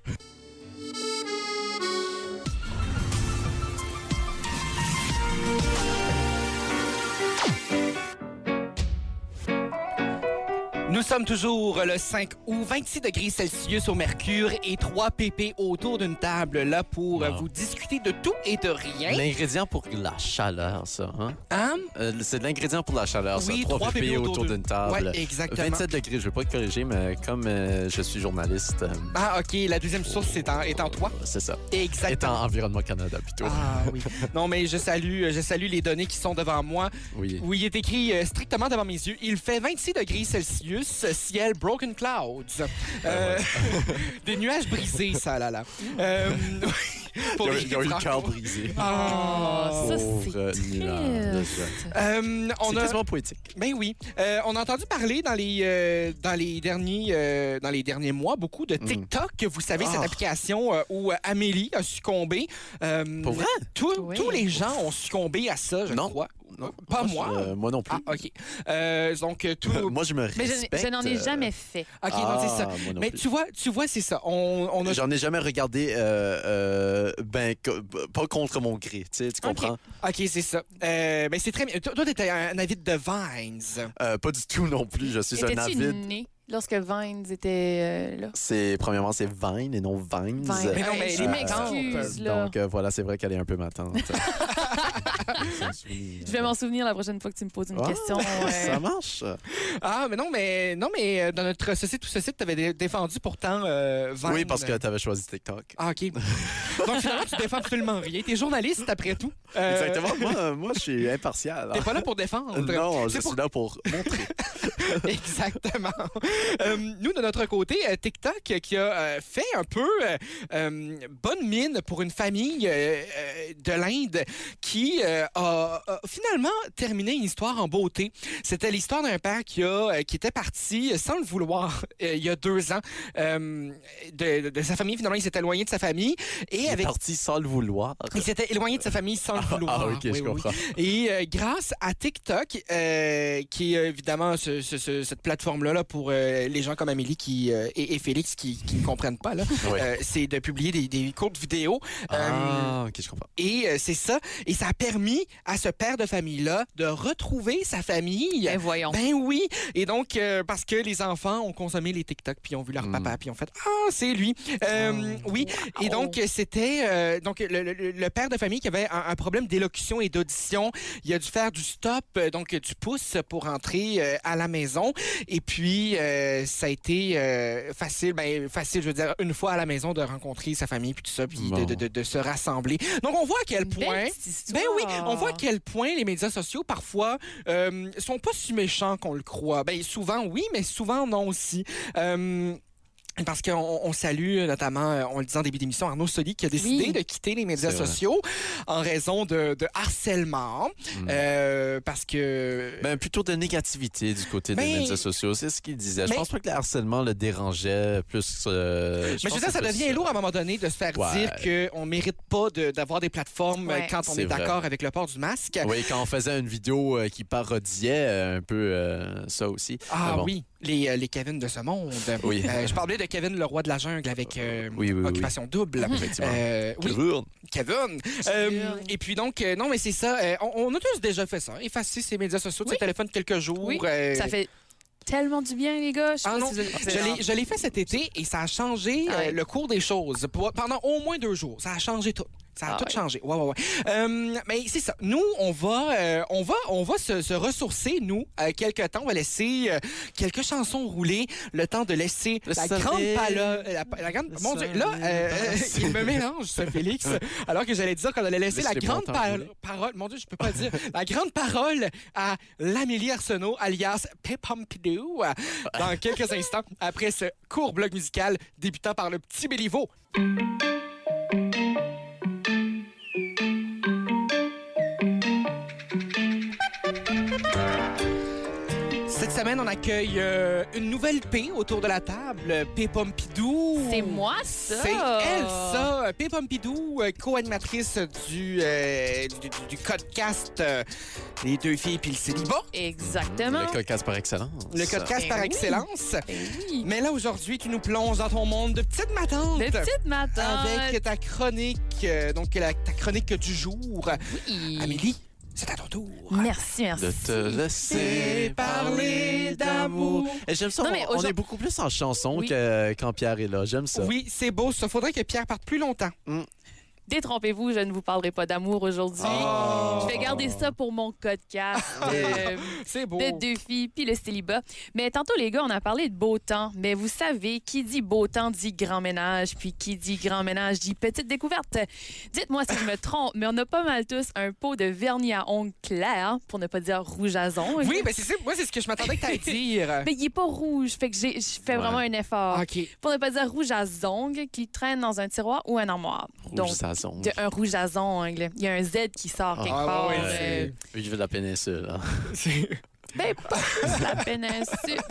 Speaker 1: Nous sommes toujours le cinq août, vingt-six degrés Celsius au mercure et trois ppm autour d'une table là pour euh,
Speaker 3: Wow.
Speaker 1: vous discuter de tout et de rien.
Speaker 3: L'ingrédient pour la chaleur, ça, hein?
Speaker 1: Hein?
Speaker 3: Euh, c'est de l'ingrédient pour la chaleur, ça.
Speaker 1: Oui,
Speaker 3: trois
Speaker 1: trois
Speaker 3: ppm
Speaker 1: ppm
Speaker 3: autour d'une table.
Speaker 1: Ouais, exactement.
Speaker 3: vingt-sept degrés, je ne vais pas te corriger, mais comme euh, je suis journaliste, euh,
Speaker 1: Ah, OK. La deuxième source est en, est en toi.
Speaker 3: c'est ça.
Speaker 1: Exactement.
Speaker 3: Étant Environnement Canada, plutôt.
Speaker 1: Ah oui. Non, mais je salue, je salue les données qui sont devant moi.
Speaker 3: Oui.
Speaker 1: Où il est écrit euh, strictement devant mes yeux, il fait vingt-six degrés Celsius, ciel broken clouds. Euh, des nuages brisés, ça là là. Euh, pour
Speaker 3: Ils ont-
Speaker 1: les
Speaker 3: ils ont eu le cœur
Speaker 1: Franco.
Speaker 3: brisé.
Speaker 1: Ah.
Speaker 5: Oh, ça,
Speaker 3: Pauvre
Speaker 5: c'est
Speaker 3: nuage.
Speaker 5: triste.
Speaker 1: Euh, on
Speaker 3: C'est
Speaker 1: a,
Speaker 3: quasiment poétique.
Speaker 1: ben oui, Euh, on a entendu parler dans les euh, dans les derniers euh, dans les derniers mois beaucoup de TikTok. Vous savez cette
Speaker 3: Ah.
Speaker 1: application euh, où Amélie a succombé. Euh,
Speaker 3: Pour vrai?
Speaker 1: tous-
Speaker 5: Oui.
Speaker 1: Tous les gens ont succombé à ça, je
Speaker 3: Non.
Speaker 1: crois.
Speaker 3: Non,
Speaker 1: Pas
Speaker 3: je-
Speaker 1: moi.
Speaker 3: euh, moi non plus.
Speaker 1: Ah, OK. Euh, donc, euh, tout...
Speaker 3: moi, je me
Speaker 5: Mais je,
Speaker 3: respecte.
Speaker 5: je n'en ai
Speaker 3: euh,
Speaker 5: jamais fait.
Speaker 1: OK, non, c'est ça.
Speaker 3: ah, moi non
Speaker 1: Mais
Speaker 3: plus.
Speaker 1: tu vois, tu vois, c'est ça. On, on a...
Speaker 3: J'en ai jamais regardé, euh, euh, ben, co- pas contre mon gré, tu sais, tu comprends?
Speaker 1: OK, c'est ça. Euh, ben, c'est très bien. Toi, toi, t'étais un avide de Vines.
Speaker 3: Euh, pas du tout non plus, je suis un
Speaker 5: Étais-tu
Speaker 3: avide.
Speaker 5: né lorsque Vines était euh, là?
Speaker 3: C'est, premièrement, c'est Vine et non Vines.
Speaker 5: Vines.
Speaker 1: Mais non, mais
Speaker 5: je
Speaker 1: les
Speaker 5: m'excuse, là.
Speaker 3: Donc, euh, voilà, c'est vrai qu'elle est un peu ma tante.
Speaker 5: Je vais m'en souvenir la prochaine fois que tu me poses une
Speaker 3: Ah,
Speaker 5: question. ouais.
Speaker 3: Ça marche.
Speaker 1: Ah, mais non, mais non, mais euh, dans notre Ceci tout ceci, tu avais défendu pourtant euh, Vine.
Speaker 3: Oui, parce que tu avais choisi TikTok.
Speaker 1: Ah, OK. Donc, finalement, tu défends absolument rien. T'es journaliste, après tout. Euh,
Speaker 3: Exactement. Moi, moi, je suis impartial.
Speaker 1: T'es pas là pour défendre.
Speaker 3: Non, je
Speaker 1: C'est
Speaker 3: suis
Speaker 1: pour-
Speaker 3: là pour montrer.
Speaker 1: Exactement. Euh, nous, de notre côté, euh, TikTok euh, qui a euh, fait un peu euh, euh, bonne mine pour une famille euh, euh, de l'Inde qui euh, a, a finalement terminé une histoire en beauté. C'était l'histoire d'un père qui, a, euh, qui était parti sans le vouloir euh, il y a deux ans euh, de, de sa famille. Finalement, il s'est éloigné de sa famille et
Speaker 3: Il est
Speaker 1: avec...
Speaker 3: parti sans le vouloir.
Speaker 1: Il s'était éloigné de sa famille sans le vouloir.
Speaker 3: Ah, ok,
Speaker 1: Oui,
Speaker 3: je
Speaker 1: oui, oui.
Speaker 3: comprends.
Speaker 1: Et euh, grâce à TikTok, euh, qui est évidemment ce- ce- ce- cette plateforme-là là, pour euh, les gens comme Amélie qui, euh, et, et Félix qui qui ne comprennent pas, là,
Speaker 3: Oui.
Speaker 1: euh, c'est de publier des, des courtes vidéos. Euh,
Speaker 3: Ah, ok, je comprends.
Speaker 1: et euh, c'est ça. Et ça a permis à ce père de famille-là de retrouver sa famille.
Speaker 5: Ben voyons.
Speaker 1: Ben oui. Et donc, euh, parce que les enfants ont consommé les TikTok, puis ont vu leur
Speaker 3: Mm.
Speaker 1: papa, puis ont fait « Ah, c'est lui! Euh, Oui. Et donc, c'était euh, donc le, le- le père de famille qui avait un, un problème d'élocution et d'audition. Il a dû faire du stop, euh, donc du pouce pour entrer euh, à la maison. maison. Et puis, euh, ça a été euh, facile, ben, facile, je veux dire, une fois à la maison de rencontrer sa famille, puis tout ça, puis
Speaker 3: Bon.
Speaker 1: de, de, de, de se rassembler. Donc, on voit à quel point...
Speaker 5: Belle petite histoire.
Speaker 1: Ben oui, on voit à quel point les médias sociaux, parfois, euh, sont pas si méchants qu'on le croit. Ben, souvent, oui, mais souvent, non aussi. Euh, Parce qu'on on salue notamment, on le disait en début d'émission, Arnaud Soli qui a décidé
Speaker 5: Oui.
Speaker 1: de quitter les médias
Speaker 3: C'est vrai.
Speaker 1: sociaux en raison de, de harcèlement.
Speaker 3: Mm.
Speaker 1: Euh, parce que...
Speaker 3: Ben, plutôt de négativité du côté
Speaker 1: Mais-
Speaker 3: des médias sociaux. C'est ce qu'il disait. Je
Speaker 1: Mais-
Speaker 3: pense pas que le harcèlement le dérangeait plus. euh,
Speaker 1: mais je
Speaker 3: pense
Speaker 1: veux dire,
Speaker 3: que
Speaker 1: ça
Speaker 3: c'est
Speaker 1: devient
Speaker 3: plus
Speaker 1: lourd à un moment donné de se faire
Speaker 3: Ouais.
Speaker 1: dire qu'on ne mérite pas de- d'avoir des plateformes
Speaker 5: Ouais.
Speaker 1: euh, quand on
Speaker 3: C'est
Speaker 1: est
Speaker 3: vrai.
Speaker 1: d'accord avec le port du masque.
Speaker 3: Oui, quand on faisait une vidéo euh, qui parodiait euh, un peu euh, ça aussi.
Speaker 1: Ah
Speaker 3: Mais bon.
Speaker 1: oui, les, euh, les Kevin de ce monde.
Speaker 3: Oui.
Speaker 1: Euh, je parlais de Kevin, le roi de la jungle, avec euh,
Speaker 3: Oui, oui, oui.
Speaker 1: Occupation Double.
Speaker 3: Effectivement.
Speaker 1: Euh, oui,
Speaker 3: Kevin.
Speaker 1: Kevin. Euh, et puis donc, euh, non, mais c'est ça. euh, on, on a tous déjà fait ça. Effacer ses médias sociaux de
Speaker 5: Oui.
Speaker 1: ses téléphones quelques jours.
Speaker 5: Oui,
Speaker 1: euh,
Speaker 5: ça fait tellement du bien, les gars. Je sais
Speaker 1: Ah
Speaker 5: pas
Speaker 1: non,
Speaker 5: si vous-
Speaker 1: je l'ai- je l'ai fait cet été et ça a changé
Speaker 5: Ah
Speaker 1: euh,
Speaker 5: ouais.
Speaker 1: le cours des choses. Pour- pendant au moins deux jours. Ça a changé tout. Ça a
Speaker 5: Ah
Speaker 1: tout
Speaker 5: ouais.
Speaker 1: changé. Ouais, ouais, ouais. Euh, mais c'est ça. Nous, on va, euh, on va, on va se, se ressourcer, nous, euh, quelque temps. On va laisser euh, quelques chansons rouler, le temps de laisser
Speaker 3: Le
Speaker 1: la
Speaker 3: soleil.
Speaker 1: grande palo- la, la grande,
Speaker 3: Le
Speaker 1: mon Dieu,
Speaker 3: soleil
Speaker 1: là, euh,
Speaker 3: passe.
Speaker 1: il me mélange, ce Félix. Alors que j'allais dire qu'on allait laisser
Speaker 3: Laisse
Speaker 1: la
Speaker 3: les
Speaker 1: grande
Speaker 3: montants
Speaker 1: par-
Speaker 3: rouler.
Speaker 1: parole, mon Dieu, je peux pas le dire, la grande parole à l'Amélie Arsenault, alias Pepompidou, dans quelques instants, après ce court bloc musical débutant par le petit Béliveau. Cette semaine, on accueille euh, une nouvelle P autour de la table, P. Pompidou.
Speaker 5: C'est moi, ça.
Speaker 1: C'est elle, ça. P. Pompidou, euh, co-animatrice du, euh, du, du, du podcast euh, Les deux filles puis le célibat.
Speaker 5: Exactement.
Speaker 3: Le cocasse par excellence.
Speaker 1: Le podcast
Speaker 5: Ben
Speaker 1: par
Speaker 5: oui.
Speaker 1: excellence.
Speaker 5: Ben oui.
Speaker 1: Mais là, aujourd'hui, tu nous plonges dans ton monde de petite matante.
Speaker 5: Le petite matin.
Speaker 1: Avec ta chronique, euh, donc la- ta chronique du jour.
Speaker 5: Oui.
Speaker 1: Amélie, c'est à ton tour.
Speaker 5: Merci, merci.
Speaker 3: De te laisser parler d'amour. Et j'aime ça,
Speaker 5: Non,
Speaker 3: on-
Speaker 5: mais
Speaker 3: on,
Speaker 5: aujourd'hui-
Speaker 3: est beaucoup plus en chanson
Speaker 5: Oui.
Speaker 3: que quand Pierre est là. J'aime ça.
Speaker 1: Oui, c'est beau. Ça faudrait que Pierre parte plus longtemps.
Speaker 5: Détrompez-vous, je ne vous parlerai pas d'amour aujourd'hui.
Speaker 1: Oh.
Speaker 5: Je vais garder ça pour mon podcast euh,
Speaker 1: C'est beau.
Speaker 5: de deux filles puis le célibat. Mais tantôt, les gars, on a parlé de beau temps. Mais vous savez, qui dit beau temps dit grand ménage, puis qui dit grand ménage dit petite découverte. Dites-moi si je me trompe, mais on a pas mal tous un pot de vernis à ongles clair, pour ne pas dire rouge à ongles.
Speaker 1: Oui, ben c'est ça. Moi, c'est ce que je m'attendais que tu allais dire.
Speaker 5: Mais il est pas rouge, fait que j'ai- je fais
Speaker 3: Ouais.
Speaker 5: vraiment un effort.
Speaker 1: OK.
Speaker 5: Pour ne pas dire rouge à ongles qui traîne dans un tiroir ou un armoire.
Speaker 3: Rouge
Speaker 5: Donc,
Speaker 3: sa zone.
Speaker 5: de- un rouge à ongles. Il y a un Z qui sort quelque
Speaker 1: Ah,
Speaker 5: part.
Speaker 1: ouais, ouais,
Speaker 5: euh,
Speaker 3: Oui, je veux de la péninsule. hein.
Speaker 5: ben, pas plus la péninsule.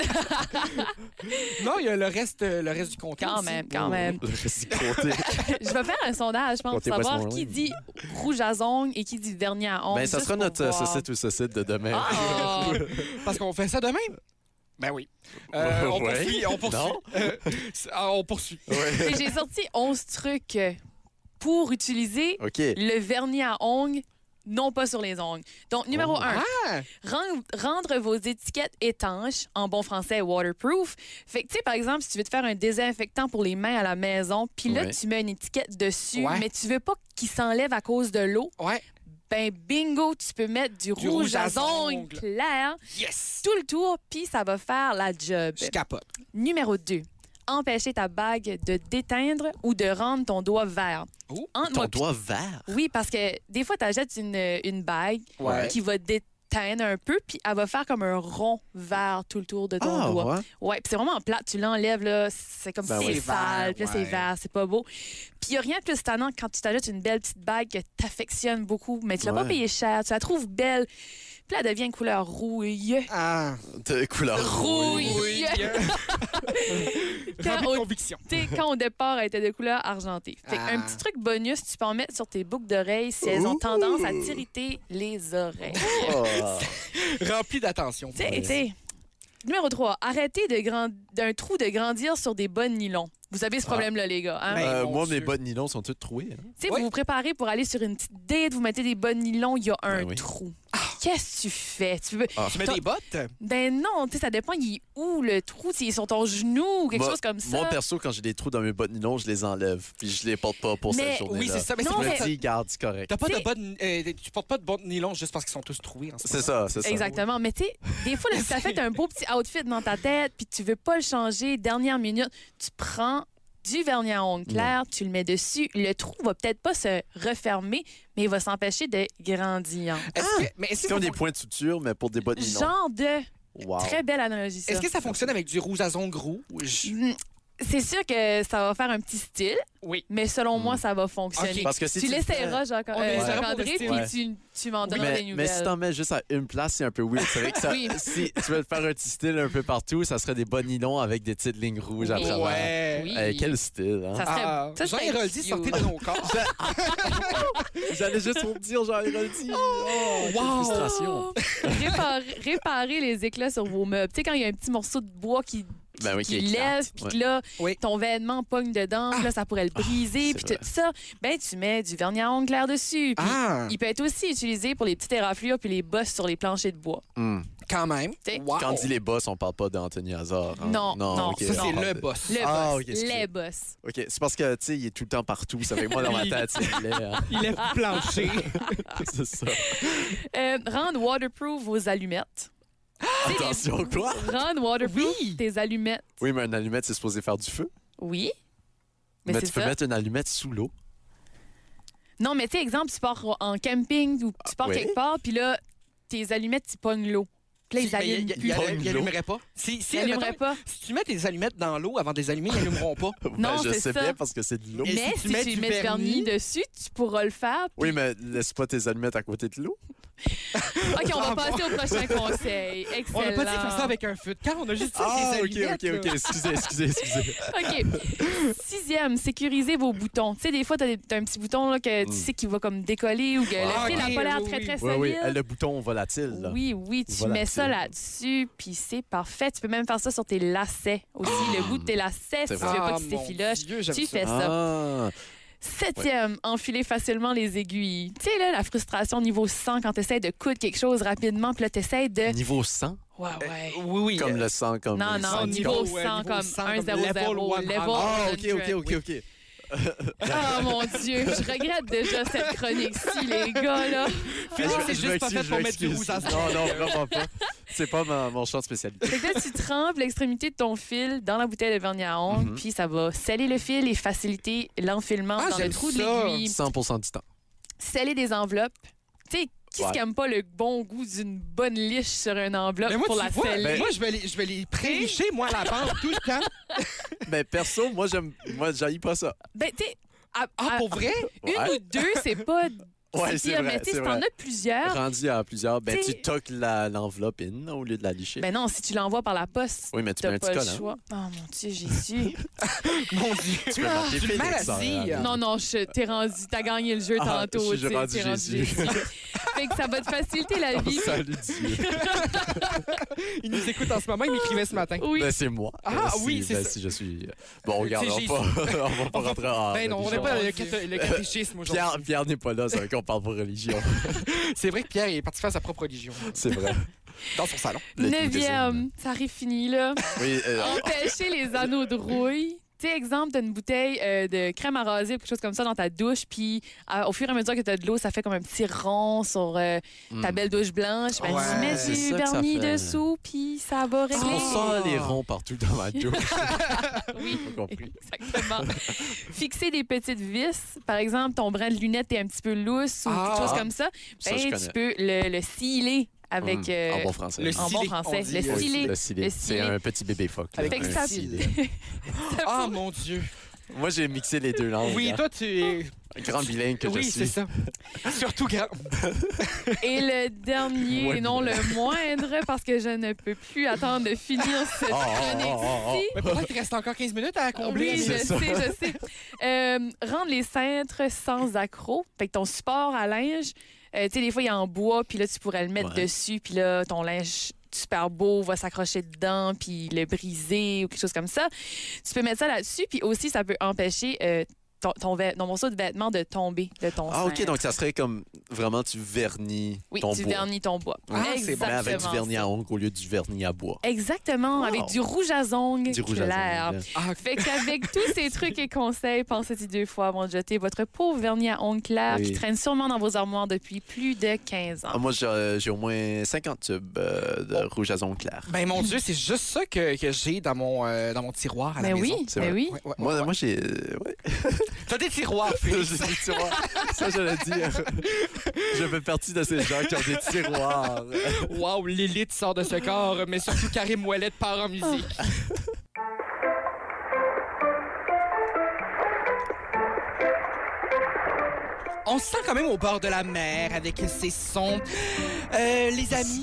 Speaker 1: Non, il y a le reste, le reste du comté.
Speaker 5: Quand
Speaker 1: aussi.
Speaker 5: même, quand même.
Speaker 3: Le reste du côté.
Speaker 5: Je vais faire un sondage, je pense, pour
Speaker 3: Comptez pas
Speaker 5: savoir
Speaker 3: ce
Speaker 5: qui
Speaker 3: moment-là.
Speaker 5: dit rouge à ongles et qui dit vernis à ongles.
Speaker 3: Ben, ça
Speaker 5: juste
Speaker 3: sera
Speaker 5: pour
Speaker 3: notre euh,
Speaker 5: voir.
Speaker 3: saucite ou saucite de demain.
Speaker 5: Ah!
Speaker 1: Parce qu'on fait ça demain. Ben oui. Euh, on
Speaker 3: Ouais.
Speaker 1: poursuit, on poursuit.
Speaker 3: Non.
Speaker 1: Euh, c'est- ah, on poursuit.
Speaker 5: Et j'ai sorti onze trucs pour utiliser
Speaker 3: OK.
Speaker 5: le vernis à ongles, non pas sur les ongles. Donc, numéro
Speaker 3: Oh.
Speaker 5: un,
Speaker 1: Ah!
Speaker 5: rendre, rendre vos étiquettes étanches, en bon français waterproof. Fait que, tu sais, par exemple, si tu veux te faire un désinfectant pour les mains à la maison, puis là,
Speaker 3: Ouais.
Speaker 5: tu mets une étiquette dessus,
Speaker 1: Ouais.
Speaker 5: mais tu veux pas qu'il s'enlève à cause de l'eau,
Speaker 1: Ouais.
Speaker 5: ben bingo, tu peux mettre du,
Speaker 1: Du
Speaker 5: rouge,
Speaker 1: rouge
Speaker 5: à
Speaker 1: à
Speaker 5: ongles
Speaker 1: ongles.
Speaker 5: clair
Speaker 1: Yes!
Speaker 5: tout le tour, puis ça va faire la job.
Speaker 1: Je capote.
Speaker 5: Numéro deux, empêcher ta bague de déteindre ou de rendre ton doigt vert.
Speaker 1: Oh,
Speaker 5: Entre
Speaker 3: Ton
Speaker 5: moi pis-
Speaker 3: doigt vert.
Speaker 5: Oui, parce que des fois, tu achètes une, une bague
Speaker 1: Ouais.
Speaker 5: qui va déteindre un peu, puis elle va faire comme un rond vert tout le tour de ton
Speaker 3: Ah,
Speaker 5: doigt.
Speaker 3: ouais.
Speaker 5: Ouais, puis c'est vraiment plate. Tu l'enlèves, là, c'est comme
Speaker 3: Ben
Speaker 5: si
Speaker 3: oui.
Speaker 5: c'est
Speaker 1: C'est vert,
Speaker 5: sale, puis là, c'est
Speaker 1: ouais.
Speaker 5: vert, c'est pas beau. Puis il n'y a rien de plus tannant que quand tu t'achètes une belle petite bague que tu affectionnes beaucoup, mais tu l'as pas
Speaker 3: Ouais.
Speaker 5: payée cher, tu la trouves belle, puis là, elle devient couleur rouille.
Speaker 1: Ah!
Speaker 3: De couleur rouille.
Speaker 5: Rouille! Quand
Speaker 1: Rempli de
Speaker 5: au-
Speaker 1: conviction.
Speaker 5: Tu sais, quand au départ, elle était de couleur argentée. Fait
Speaker 1: Ah.
Speaker 5: un petit truc bonus, tu peux en mettre sur tes boucles d'oreilles si elles ont
Speaker 3: Ouh.
Speaker 5: tendance à t'irriter les oreilles.
Speaker 3: Oh.
Speaker 1: Rempli d'attention.
Speaker 5: Tu sais, tu sais. Numéro trois, arrêtez de grand- d'un trou de grandir sur des bas de nylon. Vous avez ce problème-là, les gars. Hein?
Speaker 1: Ben,
Speaker 3: Euh,
Speaker 1: mon
Speaker 3: moi,
Speaker 1: Dieu.
Speaker 3: mes bas de nylon sont toutes trouées. hein.
Speaker 5: Tu sais,
Speaker 1: Ouais.
Speaker 5: vous vous préparez pour aller sur une petite date, vous mettez des bas de nylon, il y a un
Speaker 3: Ben oui.
Speaker 5: trou. qu'est-ce que tu fais? Tu veux...
Speaker 3: Ah.
Speaker 1: Tu mets
Speaker 5: Ton-
Speaker 1: des bottes?
Speaker 5: Ben non, tu sais, ça dépend, il est où le trou? S'il est sur ton genou ou quelque
Speaker 3: Moi-
Speaker 5: chose comme ça.
Speaker 3: Moi, perso, quand j'ai des trous dans mes bottes nylon, je les enlève. Puis je les porte pas pour
Speaker 5: Mais-
Speaker 3: cette journée-là.
Speaker 1: Oui, c'est ça. Mais
Speaker 5: Non,
Speaker 1: c'est
Speaker 3: Je
Speaker 1: pour
Speaker 3: me
Speaker 1: ça.
Speaker 3: dis, garde, c'est correct.
Speaker 1: T'as pas de
Speaker 5: T'sais-
Speaker 1: bottes, euh, tu portes pas de bottes nylon juste parce qu'ils sont tous troués en ce
Speaker 3: C'est
Speaker 1: moment.
Speaker 3: ça, c'est ça.
Speaker 5: Exactement. Mais tu sais, des fois, là, si t'as fait un beau petit outfit dans ta tête, puis tu veux pas le changer, dernière minute, tu prends du vernis à ongles clair, tu le mets dessus. Le trou va peut-être pas se refermer, mais il va s'empêcher de grandir.
Speaker 1: Est-ce que, mais est-ce
Speaker 3: C'est
Speaker 1: que,
Speaker 3: comme
Speaker 1: ça
Speaker 3: des points de suture, mais pour des bottes nylon.
Speaker 5: Genre de...
Speaker 3: Wow.
Speaker 5: Très belle analogie, ça.
Speaker 1: est-ce que ça fonctionne avec du rouge à ongles rouge?
Speaker 5: Mm, C'est sûr que ça va faire un petit style,
Speaker 1: Oui.
Speaker 5: mais selon moi,
Speaker 3: Mm.
Speaker 5: ça va fonctionner.
Speaker 1: Ok.
Speaker 3: Parce que si
Speaker 5: tu
Speaker 3: tu le
Speaker 5: l'essayeras, Jacques-
Speaker 1: On
Speaker 5: euh,
Speaker 1: essaiera pour
Speaker 5: Jacques-André,
Speaker 1: le
Speaker 5: puis
Speaker 1: style.
Speaker 3: Ouais.
Speaker 5: tu, tu m'en donneras des
Speaker 3: Mais,
Speaker 5: nouvelles.
Speaker 3: mais si t'en mets juste à une place, c'est un peu weird. C'est vrai que ça,
Speaker 5: Oui.
Speaker 3: si tu veux le faire un petit style un peu partout, ça serait des bas nylons avec des petites lignes rouges à
Speaker 5: Oui.
Speaker 3: travers.
Speaker 1: Ouais.
Speaker 5: Oui.
Speaker 3: Eh, quel style, hein?
Speaker 5: Ça serait-
Speaker 1: Ah,
Speaker 5: ça serait
Speaker 1: Jean-Héroldi,
Speaker 5: cute.
Speaker 1: sortez de nos corps.
Speaker 3: J'allais juste vous dire, Jean-Héroldi. Oh, quelle
Speaker 1: wow.
Speaker 3: frustration.
Speaker 5: Réparer, réparer les éclats sur vos meubles. Tu sais, quand il y a un petit morceau de bois qui, qui,
Speaker 3: Ben oui,
Speaker 5: qui
Speaker 3: qui éclate.
Speaker 5: lève, puis
Speaker 3: Ouais.
Speaker 5: que là,
Speaker 1: Oui.
Speaker 5: ton vêtement pogne dedans, puis là, ça pourrait le briser,
Speaker 3: c'est
Speaker 5: puis
Speaker 3: vrai.
Speaker 5: tout ça. Ben, tu mets du vernis à ongles clair dessus. Puis
Speaker 1: Ah,
Speaker 5: il peut être aussi utilisé pour les petites éraflures puis les bosses sur les planchers de bois.
Speaker 3: Hmm.
Speaker 1: quand même.
Speaker 5: T'sais,
Speaker 1: Wow.
Speaker 3: Quand on dit les boss, on parle pas d'Anthony Hazard. hein?
Speaker 5: Non, non,
Speaker 3: ok.
Speaker 1: Ça, c'est
Speaker 5: Non.
Speaker 1: le boss.
Speaker 5: Le
Speaker 3: Ah,
Speaker 5: boss.
Speaker 3: ok, excusez.
Speaker 5: les bosses.
Speaker 3: OK, c'est parce que, tu sais, il est tout le temps partout. Ça fait que moi, dans ma tête, c'est il est, hein.
Speaker 1: Il est planché.
Speaker 3: C'est ça.
Speaker 5: Euh, rendre waterproof vos allumettes. Tu sais, les-
Speaker 3: Attention, quoi?
Speaker 5: Rendre waterproof
Speaker 1: Oui.
Speaker 5: tes allumettes.
Speaker 3: Oui, mais une allumette, c'est supposé faire du feu.
Speaker 5: Oui. Mais,
Speaker 3: Mais,
Speaker 5: c'est
Speaker 3: tu peux
Speaker 5: ça.
Speaker 3: mettre une allumette sous l'eau.
Speaker 5: Non, mais tu sais, exemple, tu pars en camping ou tu pars
Speaker 3: oui.
Speaker 5: quelque part, puis là, tes allumettes, tu pognes l'eau. Puis là, ils allument
Speaker 1: il,
Speaker 5: plus.
Speaker 1: il,
Speaker 3: Pogne
Speaker 1: il
Speaker 3: l'eau.
Speaker 1: allumerait pas. Si, si,
Speaker 5: Ils allumeraient
Speaker 1: admettons,
Speaker 5: pas.
Speaker 1: si tu mets tes allumettes dans l'eau avant de les allumer, ils allumeront pas.
Speaker 5: Non,
Speaker 3: Ben, je
Speaker 5: c'est
Speaker 3: sais
Speaker 5: ça.
Speaker 3: bien parce que c'est de l'eau.
Speaker 1: Et
Speaker 5: Mais
Speaker 1: si tu
Speaker 5: si
Speaker 1: mets
Speaker 5: tu
Speaker 1: du
Speaker 5: mets du vernis
Speaker 1: vernis-
Speaker 5: dessus, tu pourras le faire.
Speaker 3: Oui, mais laisse pas tes allumettes à côté de l'eau.
Speaker 5: OK, on va
Speaker 1: Ah,
Speaker 5: passer au prochain conseil. Excellent.
Speaker 1: On n'a pas dit de faire ça avec un feu de camp, on a juste dit avec
Speaker 3: Ah,
Speaker 1: des
Speaker 3: OK,
Speaker 1: allumettes.
Speaker 3: OK, OK.
Speaker 1: là.
Speaker 3: Excusez, excusez, excusez.
Speaker 5: OK. Sixième, sécuriser vos boutons. Tu sais, des fois, tu as, un petit bouton là, que tu
Speaker 3: Mm.
Speaker 5: sais qu'il va comme décoller ou que
Speaker 1: Ah,
Speaker 5: le fil n'a
Speaker 1: ok,
Speaker 5: pas l'air
Speaker 1: oui,
Speaker 5: très,
Speaker 1: oui.
Speaker 5: très
Speaker 3: Oui,
Speaker 5: solide.
Speaker 3: oui, euh, le bouton volatile. Là.
Speaker 5: Oui, oui, tu
Speaker 3: Volatile.
Speaker 5: mets ça là-dessus, puis c'est parfait. Tu peux même faire ça sur tes lacets aussi, le bout de tes lacets, si
Speaker 3: C'est
Speaker 5: tu
Speaker 3: vrai.
Speaker 5: veux pas
Speaker 1: Ah,
Speaker 5: qu'ils
Speaker 1: mon
Speaker 5: s'effilochent.
Speaker 1: Dieu, j'aime
Speaker 5: Tu
Speaker 1: ça.
Speaker 5: fais ça.
Speaker 3: Ah,
Speaker 5: Septième, enfiler facilement les aiguilles. Tu sais, là, la frustration niveau cent quand tu essaies de coudre quelque chose rapidement, puis là, tu essaies de...
Speaker 3: niveau cent,
Speaker 5: Ouais, ouais.
Speaker 1: Oui, oui.
Speaker 3: comme
Speaker 1: euh,
Speaker 3: le sang, comme
Speaker 5: Non,
Speaker 3: le
Speaker 5: non,
Speaker 3: sang du
Speaker 5: niveau
Speaker 3: corps.
Speaker 1: ouais,
Speaker 5: cent
Speaker 1: niveau
Speaker 5: comme
Speaker 1: cent,
Speaker 5: un
Speaker 1: comme
Speaker 5: zéro
Speaker 1: level
Speaker 5: zéro,
Speaker 1: one
Speaker 5: level
Speaker 1: hundred.
Speaker 3: Ah,
Speaker 5: one
Speaker 3: OK, OK, OK, OK.
Speaker 5: Oh mon Dieu, je regrette déjà cette chronique-ci, les gars, là.
Speaker 1: Finalement,
Speaker 3: Ah,
Speaker 1: c'est
Speaker 3: je
Speaker 1: juste pas
Speaker 3: m'excuse,
Speaker 1: fait pour
Speaker 3: je
Speaker 1: mettre du
Speaker 3: m'excuse.
Speaker 1: rouge à
Speaker 3: Non, non, vraiment pas. C'est pas ma- mon champ de spécialité.
Speaker 5: Fait que là, tu trempes l'extrémité de ton fil dans la bouteille de vernis à ongles,
Speaker 3: Mhm.
Speaker 5: puis ça va sceller le fil et faciliter l'enfilement
Speaker 1: Ah,
Speaker 5: dans le
Speaker 1: j'aime
Speaker 5: trou de
Speaker 1: ça.
Speaker 5: l'aiguille.
Speaker 3: cent pour cent du temps.
Speaker 5: Sceller des enveloppes. Tu sais, qui
Speaker 3: Ouais.
Speaker 5: se n'aime pas le bon goût d'une bonne liche sur une enveloppe
Speaker 1: Mais moi,
Speaker 5: pour
Speaker 1: tu
Speaker 5: la
Speaker 1: vois,
Speaker 5: sceller?
Speaker 1: moi, je vais les, je vais les pré-licher, moi, à la bande, tout le temps.
Speaker 3: Mais perso, moi, j'aime, moi, j'haïs pas ça.
Speaker 5: Ben, tu sais, à-
Speaker 1: Ah,
Speaker 5: à-
Speaker 1: pour vrai?
Speaker 5: une
Speaker 3: Ouais.
Speaker 5: ou deux, c'est pas...
Speaker 3: Ouais,
Speaker 5: si
Speaker 3: c'est
Speaker 5: pire,
Speaker 3: vrai,
Speaker 5: mais tu sais,
Speaker 3: c'est
Speaker 5: si t'en
Speaker 3: vrai.
Speaker 5: as plusieurs,
Speaker 3: Rendu à plusieurs, ben,
Speaker 5: T'sais-
Speaker 3: tu toques la- l'enveloppe in au lieu de la licher.
Speaker 5: ben non, si tu l'envoies par la poste,
Speaker 3: oui, mais tu mets
Speaker 5: t'as
Speaker 3: un
Speaker 5: pas
Speaker 3: petit
Speaker 5: le
Speaker 3: collant.
Speaker 5: choix. Oh mon Dieu, Jésus.
Speaker 1: Mon Dieu.
Speaker 3: Tu peux marquer
Speaker 1: Tu le mets
Speaker 3: Félix.
Speaker 1: à
Speaker 3: hein,
Speaker 1: cire.
Speaker 3: hein.
Speaker 5: Non, non, je- t'es rendu, t'as gagné le jeu
Speaker 3: Ah,
Speaker 5: tantôt.
Speaker 3: je suis
Speaker 5: tu sais,
Speaker 3: rendu
Speaker 5: t'es
Speaker 3: Jésus.
Speaker 5: Fait que ça va te faciliter la
Speaker 3: Oh,
Speaker 5: vie.
Speaker 3: salut Dieu.
Speaker 1: Il nous écoute en ce moment, il m'écrivait ce matin.
Speaker 5: Oui.
Speaker 3: Ben, c'est moi.
Speaker 1: Ah,
Speaker 3: Ben, si-
Speaker 1: oui, c'est
Speaker 3: ben,
Speaker 1: ça.
Speaker 3: si je suis... Bon, regarde,
Speaker 1: C'est
Speaker 3: on
Speaker 1: Jésus.
Speaker 3: va pas, on va pas rentrer en
Speaker 1: Ben non, on n'est
Speaker 3: religion.
Speaker 1: pas le,
Speaker 5: Dieu.
Speaker 1: catho- le catéchisme aujourd'hui.
Speaker 3: Pierre, Pierre n'est pas là, c'est vrai qu'on parle pas religion.
Speaker 1: C'est vrai que Pierre est parti faire sa propre religion.
Speaker 3: C'est vrai.
Speaker 1: Dans son salon.
Speaker 3: Le
Speaker 5: Neuvième, ça arrive fini, là.
Speaker 3: Oui, euh,
Speaker 5: Empêcher les anneaux de rouille. Tu sais, exemple, t'as une bouteille euh, de crème à raser ou quelque chose comme ça dans ta douche, puis à- au fur et à mesure que t'as de l'eau, ça fait comme un petit rond sur euh, ta
Speaker 3: hmm.
Speaker 5: belle douche blanche. Ben,
Speaker 1: Ouais,
Speaker 5: tu mets
Speaker 3: c'est
Speaker 5: du
Speaker 3: ça que ça
Speaker 5: vernis
Speaker 3: fait.
Speaker 5: dessous, puis ça va régler.
Speaker 3: on sent les ronds partout dans ma douche.
Speaker 5: Oui.
Speaker 3: Pas compris.
Speaker 5: Exactement. Fixer des petites vis. Par exemple, ton brin de lunettes est un petit peu lousse ou
Speaker 1: Ah.
Speaker 5: quelque chose comme ça.
Speaker 3: Ça,
Speaker 5: Ben,
Speaker 3: je
Speaker 5: tu
Speaker 3: connais.
Speaker 5: peux le, le sciller avec...
Speaker 3: Hmm,
Speaker 5: euh,
Speaker 3: en bon français.
Speaker 1: le
Speaker 5: en bon
Speaker 1: Sciller,
Speaker 5: français.
Speaker 1: on dit,
Speaker 5: Le
Speaker 1: euh,
Speaker 5: sciller.
Speaker 3: Le sciller.
Speaker 5: Le
Speaker 3: C'est
Speaker 5: sciller.
Speaker 3: un petit bébé phoque. là.
Speaker 1: Avec
Speaker 5: Fait que
Speaker 3: Un
Speaker 5: ça-
Speaker 3: sciller.
Speaker 1: Ah, mon Dieu.
Speaker 3: Moi, j'ai mixé les deux langues.
Speaker 1: Oui,
Speaker 3: hein.
Speaker 1: toi, tu es...
Speaker 3: Grand bilingue que
Speaker 1: Oui,
Speaker 3: je
Speaker 1: c'est
Speaker 3: suis.
Speaker 1: ça. Surtout grand.
Speaker 5: Et le dernier,
Speaker 3: Ouais,
Speaker 5: et non
Speaker 3: mais-
Speaker 5: le moindre, parce que je ne peux plus attendre de finir cette
Speaker 3: Oh, oh, oh, oh, oh.
Speaker 5: chronique-ci.
Speaker 1: Mais pourquoi il te reste encore quinze minutes à combler?
Speaker 5: Oui, je
Speaker 3: c'est
Speaker 5: sais,
Speaker 3: ça.
Speaker 5: je sais. Euh, rendre les cintres sans accroc. Fait que ton support à linge, euh, tu sais, des fois, il est en bois, puis là, tu pourrais le mettre
Speaker 3: Ouais.
Speaker 5: dessus, puis là, ton linge super beau va s'accrocher dedans, puis le briser ou quelque chose comme ça. Tu peux mettre ça là-dessus, puis aussi, ça peut empêcher euh, ton, ton, vê- ton morceau de vêtement de tomber de ton
Speaker 3: Ah, OK,
Speaker 5: sein.
Speaker 3: donc ça serait comme vraiment tu vernis
Speaker 5: Oui,
Speaker 3: ton
Speaker 5: tu
Speaker 3: bois.
Speaker 5: vernis ton bois.
Speaker 1: Ah, c'est bon.
Speaker 3: Mais
Speaker 5: Exactement.
Speaker 3: avec du vernis
Speaker 5: ça.
Speaker 3: à ongles au lieu du vernis à bois.
Speaker 5: Exactement,
Speaker 3: Wow.
Speaker 5: avec du rouge à ongles
Speaker 3: Du rouge à
Speaker 5: clair.
Speaker 3: ongles.
Speaker 1: Ah,
Speaker 5: Fait qu'avec tous ces trucs et conseils, pensez-y deux fois avant de jeter votre pauvre vernis à ongles clair
Speaker 3: Oui.
Speaker 5: qui traîne sûrement dans vos armoires depuis plus de quinze ans.
Speaker 3: Ah, moi, j'ai euh, j'ai au moins cinquante tubes euh, de
Speaker 5: Oh.
Speaker 3: rouge à ongles clair.
Speaker 1: Ben mon Dieu, c'est juste ça que, que j'ai dans mon, euh, dans mon tiroir à la
Speaker 5: Mais
Speaker 1: maison.
Speaker 5: oui,
Speaker 3: c'est
Speaker 5: mais
Speaker 3: vrai.
Speaker 5: oui.
Speaker 1: Ouais, ouais,
Speaker 3: Moi,
Speaker 1: ouais.
Speaker 3: moi j'ai. euh, ouais.
Speaker 1: T'as des tiroirs, Félix.
Speaker 3: J'ai des tiroirs. Ça, je l'ai dit. euh, je fais partie de ces gens qui ont des tiroirs.
Speaker 1: Wow, l'élite sort de ce corps, mais surtout Karim Ouellet part en musique. On se sent quand même au bord de la mer avec ces sons. Euh, les amis,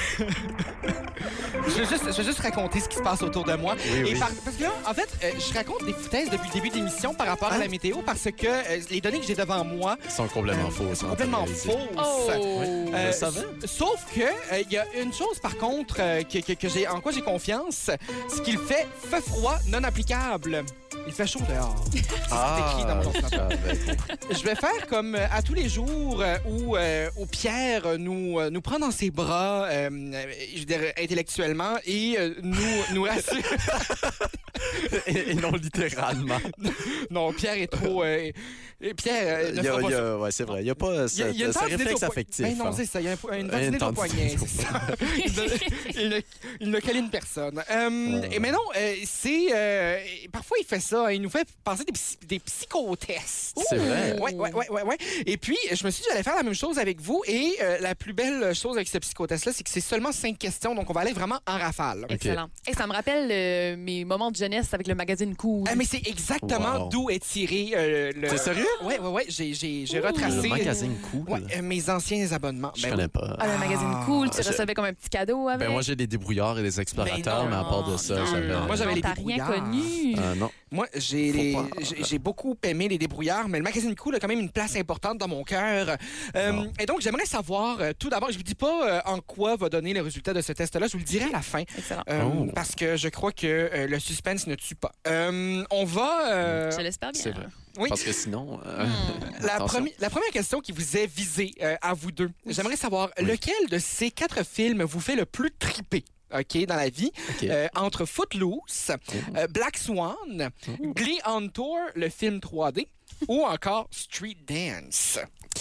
Speaker 1: je, veux juste, je veux juste raconter ce qui se passe autour de moi.
Speaker 3: Oui,
Speaker 1: Et
Speaker 3: oui.
Speaker 1: par- parce que là, en fait, euh, je raconte des foutaises depuis le début de l'émission par rapport à la météo parce que euh, les données que j'ai devant moi
Speaker 3: Ils sont complètement
Speaker 1: euh,
Speaker 3: faux.
Speaker 1: sont complètement fausses.
Speaker 5: Oh!
Speaker 1: Euh,
Speaker 3: Je savais.
Speaker 1: s- Sauf que euh, il y a une chose par contre euh, que, que- que j'ai en quoi j'ai confiance, ce qu'il fait feu froid non applicable. Il fait chaud dehors. C'est écrit dans mon
Speaker 3: je savais.
Speaker 1: Je vais faire comme euh, à tous les jours euh, où, euh, où Pierre euh, nous, euh, nous prend dans ses bras, euh, euh, je veux dire, intellectuellement, et euh, nous, nous rassure.
Speaker 3: et, et non littéralement.
Speaker 1: Non, Pierre est trop... euh, et Pierre euh, ne
Speaker 3: Il y a,
Speaker 1: fera pas
Speaker 3: il y
Speaker 1: ça.
Speaker 3: a- ouais, c'est vrai. Il n'y a pas
Speaker 1: Il y a-
Speaker 3: ce,
Speaker 1: il y a une
Speaker 3: ce
Speaker 1: tendinite
Speaker 3: réflexe
Speaker 1: au po-
Speaker 3: affectif.
Speaker 1: Ben non,
Speaker 3: hein.
Speaker 1: c'est ça. Il y a un- une
Speaker 3: Une
Speaker 1: tendinite au
Speaker 3: tendinite
Speaker 1: poignet,
Speaker 3: au
Speaker 1: c'est ça. il, ne, il ne- il ne câline personne. Euh, et mais non, euh, c'est... euh, parfois, il fait ça. Il nous fait passer des, psy- des psychotests.
Speaker 3: C'est vrai.
Speaker 1: Oui, oui, oui, oui. Ouais. Et puis, je me suis dit, j'allais faire la même chose avec vous. Et euh, la plus belle chose avec ce psychotest-là, c'est que c'est seulement cinq questions. Donc, on va aller vraiment en rafale.
Speaker 5: Excellent. Et ça me rappelle euh, mes moments de jeunesse avec le magazine Cool.
Speaker 1: Ah, mais c'est exactement
Speaker 3: Wow.
Speaker 1: d'où est tiré euh, le...
Speaker 3: T'es sérieux?
Speaker 1: Oui, oui, oui. J'ai, j'ai, j'ai
Speaker 3: Le
Speaker 1: retracé
Speaker 3: magazine cool.
Speaker 1: ouais, euh, mes anciens abonnements.
Speaker 3: Je
Speaker 1: Ben
Speaker 3: connais
Speaker 1: oui.
Speaker 3: pas.
Speaker 5: Ah, le magazine Cool, tu
Speaker 3: je-
Speaker 5: recevais comme un petit cadeau avec.
Speaker 3: Ben moi, j'ai des débrouillards et des explorateurs,
Speaker 1: Ben
Speaker 3: mais,
Speaker 1: non,
Speaker 3: à part de ça,
Speaker 5: non,
Speaker 3: j'avais...
Speaker 5: non,
Speaker 1: Moi, j'avais
Speaker 5: non,
Speaker 1: les
Speaker 5: t'as rien
Speaker 1: débrouillards.
Speaker 5: connu.
Speaker 3: Euh, non.
Speaker 1: Moi, j'ai,
Speaker 3: Faut
Speaker 1: les-
Speaker 3: pas.
Speaker 1: j'ai, j'ai beaucoup aimé les débrouillards, mais le magazine Cool a quand même une place importante dans mon cœur. Euh,
Speaker 3: Bon.
Speaker 1: et donc, j'aimerais savoir, euh, tout d'abord, je vous dis pas euh, en quoi va donner le résultat de ce test-là, je vous le dirai à la fin,
Speaker 5: Excellent.
Speaker 1: euh,
Speaker 3: Oh.
Speaker 1: parce que je crois que euh, le suspense ne tue pas. Euh, on va... euh,
Speaker 5: Je l'espère bien.
Speaker 3: C'est vrai.
Speaker 1: oui.
Speaker 3: Parce que sinon... euh,
Speaker 5: Hmm.
Speaker 1: La,
Speaker 3: attention.
Speaker 1: premi- la première question qui vous est visée euh, à vous deux, j'aimerais savoir
Speaker 3: Oui.
Speaker 1: lequel de ces quatre films vous fait le plus triper? OK, dans la vie,
Speaker 3: OK.
Speaker 1: Euh, entre Footloose, euh, Black Swan, Glee on Tour, le film trois D, ou encore Street Dance.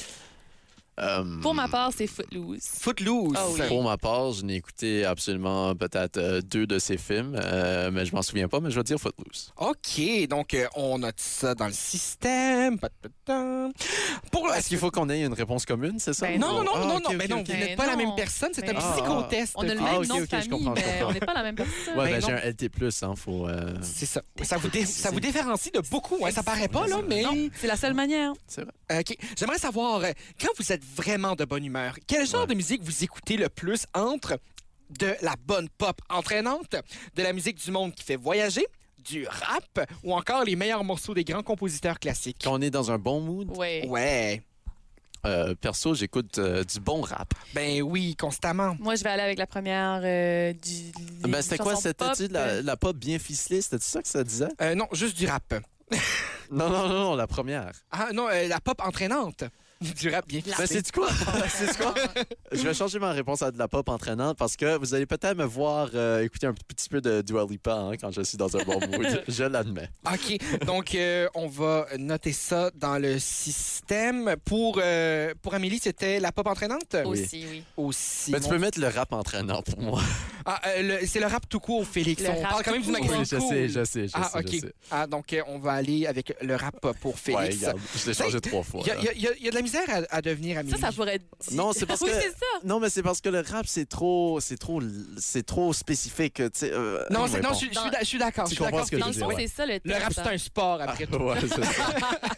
Speaker 3: Euh,
Speaker 5: Pour ma part, c'est Footloose.
Speaker 1: Footloose.
Speaker 5: Ah oui.
Speaker 3: Pour ma part, je n'ai écouté absolument peut-être euh, deux de ces films, euh, mais je m'en souviens pas, mais je vais dire Footloose.
Speaker 1: OK, donc euh, on note ça dans le système. Pa-ta-ta. Pour la
Speaker 3: Est-ce qu'il faut qu'on ait une réponse commune, c'est ça?
Speaker 5: Ben
Speaker 1: Non, non, non,
Speaker 3: Ah,
Speaker 1: non,
Speaker 3: ok,
Speaker 1: non,
Speaker 3: ok,
Speaker 1: mais non,
Speaker 3: ok.
Speaker 1: vous n'êtes
Speaker 5: Ben
Speaker 1: pas la
Speaker 5: non.
Speaker 1: même personne, c'est un
Speaker 5: Ben
Speaker 3: non.
Speaker 1: psychotest.
Speaker 5: On a le
Speaker 3: Ah,
Speaker 5: même
Speaker 3: ok,
Speaker 5: nom de
Speaker 3: ok, je
Speaker 5: famille,
Speaker 3: comprends, je
Speaker 5: mais
Speaker 3: comprends.
Speaker 5: on n'est pas la même personne.
Speaker 3: Ouais,
Speaker 1: Ben
Speaker 3: ben,
Speaker 1: non.
Speaker 3: j'ai un L T plus, hein, faut... euh,
Speaker 1: C'est ça. Ça vous, dé- ça vous différencie de beaucoup, hein, ça paraît pas, là, mais...
Speaker 5: Non, c'est la seule manière.
Speaker 3: C'est vrai.
Speaker 1: OK. J'aimerais savoir, euh, quand vous êtes vraiment de bonne humeur, quel genre
Speaker 3: Ouais.
Speaker 1: de musique vous écoutez le plus entre de la bonne pop entraînante, de la musique du monde qui fait voyager, du rap ou encore les meilleurs morceaux des grands compositeurs classiques?
Speaker 3: Quand on est dans un bon mood,
Speaker 5: Oui.
Speaker 1: Ouais.
Speaker 3: euh, perso, j'écoute euh, du bon rap.
Speaker 1: Ben oui, constamment.
Speaker 5: Moi, je vais aller avec la première euh, du.
Speaker 3: Ben, c'était quoi?
Speaker 5: chanson
Speaker 3: C'était-tu
Speaker 5: pop,
Speaker 3: de la,
Speaker 5: euh,
Speaker 3: la pop bien ficelée? C'était ça que ça disait?
Speaker 1: Euh, non, juste du rap.
Speaker 3: Non, non, non, non, la première.
Speaker 1: Ah non, euh, la pop entraînante. Du rap bien
Speaker 5: La-
Speaker 3: Ben,
Speaker 1: ficelé.
Speaker 3: c'est quoi? c'est quoi? Je vais changer ma réponse à de la pop entraînante parce que vous allez peut-être me voir euh, écouter un petit peu de Dua Lipa hein, quand je suis dans un bon mood. Je l'admets.
Speaker 1: OK. Donc, euh, on va noter ça dans le système. Pour, euh, pour Amélie, c'était la pop entraînante?
Speaker 5: Aussi, oui.
Speaker 1: Aussi.
Speaker 3: Ben, tu
Speaker 1: Mon-
Speaker 3: peux mettre le rap entraînant pour moi.
Speaker 1: Ah, euh, le- c'est le rap tout court, Félix.
Speaker 5: Le
Speaker 1: on
Speaker 5: rap
Speaker 1: parle quand même
Speaker 5: tout
Speaker 1: du
Speaker 5: court.
Speaker 1: magazine
Speaker 3: Oui, je
Speaker 1: cool.
Speaker 3: sais, je sais, je
Speaker 1: Ah,
Speaker 3: sais,
Speaker 1: OK.
Speaker 3: je sais.
Speaker 1: Ah, donc, euh, on va aller avec le rap pour
Speaker 3: Ouais,
Speaker 1: Félix.
Speaker 3: regarde, je l'ai changé trois fois.
Speaker 1: Il y, a-
Speaker 3: là.
Speaker 1: il y a- il y a- il y a de la misère à, à devenir Amélie.
Speaker 5: Ça, ça pourrait être dit.
Speaker 3: Non, c'est parce
Speaker 5: oui,
Speaker 3: que-
Speaker 5: c'est ça.
Speaker 3: Non, mais c'est parce que le rap, c'est trop, c'est trop, c'est trop spécifique. Tu sais, euh,
Speaker 1: Non,
Speaker 3: ouais,
Speaker 1: c'est- non,
Speaker 3: bon.
Speaker 1: je, suis- je suis d'a- je suis d'accord.
Speaker 3: Tu
Speaker 1: je suis
Speaker 3: comprends
Speaker 1: d'accord.
Speaker 3: ce que je
Speaker 5: Dans
Speaker 3: veux
Speaker 5: le
Speaker 3: dire,
Speaker 5: fond,
Speaker 3: ouais.
Speaker 5: c'est ça le
Speaker 1: Le
Speaker 5: test.
Speaker 1: rap, c'est un sport, après tout.
Speaker 3: Ouais, c'est ça.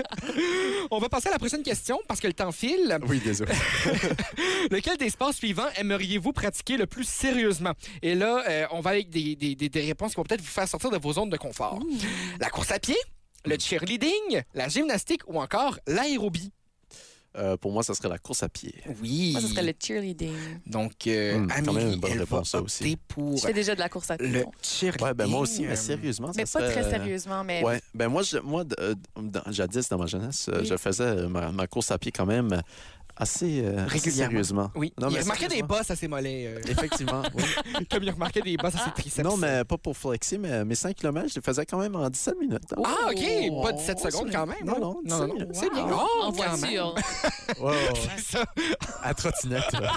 Speaker 1: On va passer à la prochaine question, parce que le temps file.
Speaker 3: Oui, désolé.
Speaker 1: Lequel des sports suivants aimeriez-vous pratiquer le plus sérieusement? Et là, euh, on va avec des, des- des- des réponses qui vont peut-être vous faire sortir de vos zones de confort. La course à pied, le cheerleading, la gymnastique ou encore l'aérobie?
Speaker 3: euh, pour moi, ça serait la course à pied.
Speaker 1: Oui.
Speaker 5: Moi, ce serait le cheerleading.
Speaker 1: Donc, euh,
Speaker 3: Hum, quand même
Speaker 1: Amélie,
Speaker 3: une bonne
Speaker 1: elle
Speaker 3: réponse,
Speaker 1: va
Speaker 3: ça aussi.
Speaker 1: opter pour
Speaker 5: Je fais déjà de la course à pied.
Speaker 1: le
Speaker 5: donc.
Speaker 1: cheerleading.
Speaker 3: Ouais, ben moi aussi, mais
Speaker 1: Euh,
Speaker 3: sérieusement,
Speaker 5: Mais
Speaker 3: ça
Speaker 5: pas
Speaker 3: serait,
Speaker 5: très
Speaker 3: euh,
Speaker 5: sérieusement, mais
Speaker 3: Ouais, ben moi, je, moi de- euh, dans- jadis, dans ma jeunesse, euh,
Speaker 5: Oui.
Speaker 3: je faisais ma, ma course à pied quand même assez, euh, assez
Speaker 1: Régulièrement.
Speaker 3: sérieusement.
Speaker 1: Oui,
Speaker 3: Non,
Speaker 1: il
Speaker 3: mais
Speaker 1: remarquait des
Speaker 3: sérieusement.
Speaker 1: bosses à ses mollets. euh,
Speaker 3: Effectivement, oui.
Speaker 1: comme il remarquait des bosses à ses triceps.
Speaker 3: Non, mais pas pour flexer, mais mes cinq kilomètres, je les faisais quand même en dix-sept minutes. hein.
Speaker 1: Ah, OK.
Speaker 3: Oh,
Speaker 1: Pas dix-sept secondes
Speaker 3: c'est-
Speaker 1: quand même.
Speaker 3: Non,
Speaker 1: hein?
Speaker 3: non,
Speaker 1: non, non.
Speaker 3: c'est-
Speaker 1: C'est bien.
Speaker 3: wow.
Speaker 1: Oh,
Speaker 5: en
Speaker 1: quand même.
Speaker 5: voiture.
Speaker 3: Ouais, ouais, ouais.
Speaker 1: C'est ça.
Speaker 3: À trottinette. là.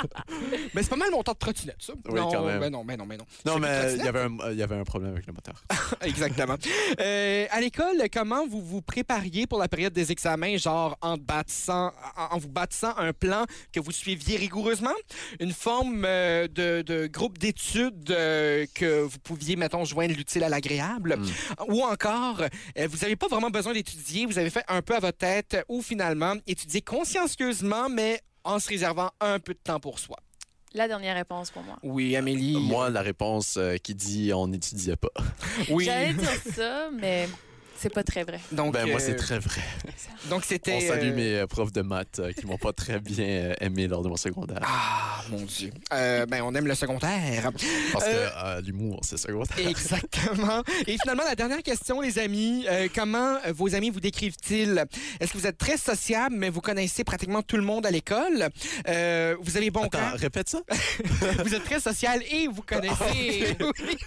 Speaker 1: Mais c'est pas mal mon temps de trottinette, ça.
Speaker 3: Oui,
Speaker 1: non,
Speaker 3: quand même.
Speaker 1: Ben non, ben non, ben non.
Speaker 3: Non,
Speaker 1: Je fais
Speaker 3: mais
Speaker 1: plus de
Speaker 3: il y, avait un, il y avait un problème avec le moteur.
Speaker 1: Exactement. Euh, à l'école, comment vous vous prépariez pour la période des examens, genre en, bâtissant, en, en vous bâtissant un plan que vous suiviez rigoureusement? Une forme euh, de, de groupe d'études euh, que vous pouviez, mettons, joindre l'utile à l'agréable?
Speaker 3: Mm.
Speaker 1: Ou encore, euh, vous n'avez pas vraiment besoin d'étudier, vous avez fait un peu à votre tête, ou finalement, étudier consciencieusement, mais en se réservant un peu de temps pour soi?
Speaker 5: La dernière réponse pour moi.
Speaker 1: Oui, Amélie.
Speaker 3: Moi, la réponse euh, qui dit on n'étudiait pas.
Speaker 1: oui.
Speaker 5: J'allais dire ça, mais c'est pas très vrai.
Speaker 1: Donc,
Speaker 3: Ben, moi,
Speaker 1: euh,
Speaker 3: c'est très vrai.
Speaker 1: donc c'était.
Speaker 3: On salue
Speaker 1: euh,
Speaker 3: mes euh, profs de maths euh, qui m'ont pas très bien euh, aimé lors de mon secondaire.
Speaker 1: Ah, mon Dieu. Euh, ben, on aime le secondaire.
Speaker 3: Parce
Speaker 1: euh,
Speaker 3: que euh, l'humour, c'est secondaire.
Speaker 1: Exactement. Et finalement, la dernière question, les amis. Euh, comment euh, vos amis vous décrivent-ils? Est-ce que vous êtes très sociable, mais vous connaissez pratiquement tout le monde à l'école? Euh, vous avez bon
Speaker 3: Attends,
Speaker 1: cœur?
Speaker 3: répète ça.
Speaker 1: Vous êtes très social et vous connaissez... Oui.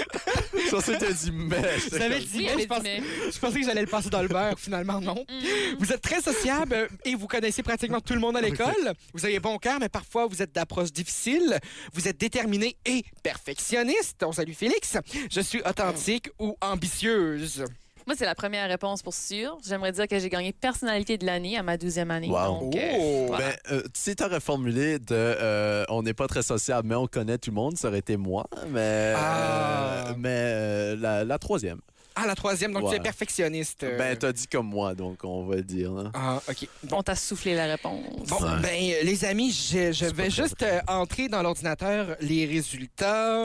Speaker 3: Je pensais que tu as dit mais.
Speaker 1: Vous avez dit,
Speaker 5: Oui,
Speaker 1: mais
Speaker 5: elle
Speaker 1: je,
Speaker 5: dit
Speaker 1: pense-
Speaker 5: mais.
Speaker 1: je pensais que j'allais le passer dans le beurre. Finalement, non. Vous êtes très sociable euh, et vous connaissez pratiquement tout le monde à l'école. Vous avez bon cœur, mais parfois vous êtes d'approche difficile. Vous êtes déterminé et perfectionniste. On salue Félix. Je suis authentique ou ambitieuse.
Speaker 5: Moi, c'est la première réponse pour sûr. J'aimerais dire que j'ai gagné personnalité de l'année à ma douzième année.
Speaker 3: Wow.
Speaker 5: Donc, euh,
Speaker 1: Oh!
Speaker 5: voilà.
Speaker 3: Ben, euh, si tu aurais formulé de euh, on n'est pas très sociable, mais on connaît tout le monde, ça aurait été moi. Mais,
Speaker 1: Ah.
Speaker 3: euh, mais euh, la, la troisième.
Speaker 1: Ah, la troisième, donc tu
Speaker 3: Ouais.
Speaker 1: es perfectionniste. euh.
Speaker 3: Ben, t'as dit comme moi, donc on va le dire. Là.
Speaker 1: Ah, OK. Bon,
Speaker 5: On t'a soufflé la réponse.
Speaker 1: bon,
Speaker 3: Ouais.
Speaker 1: ben, euh, les amis, je, je
Speaker 3: C'est
Speaker 1: vais
Speaker 3: pas
Speaker 1: juste euh, entrer dans l'ordinateur les résultats.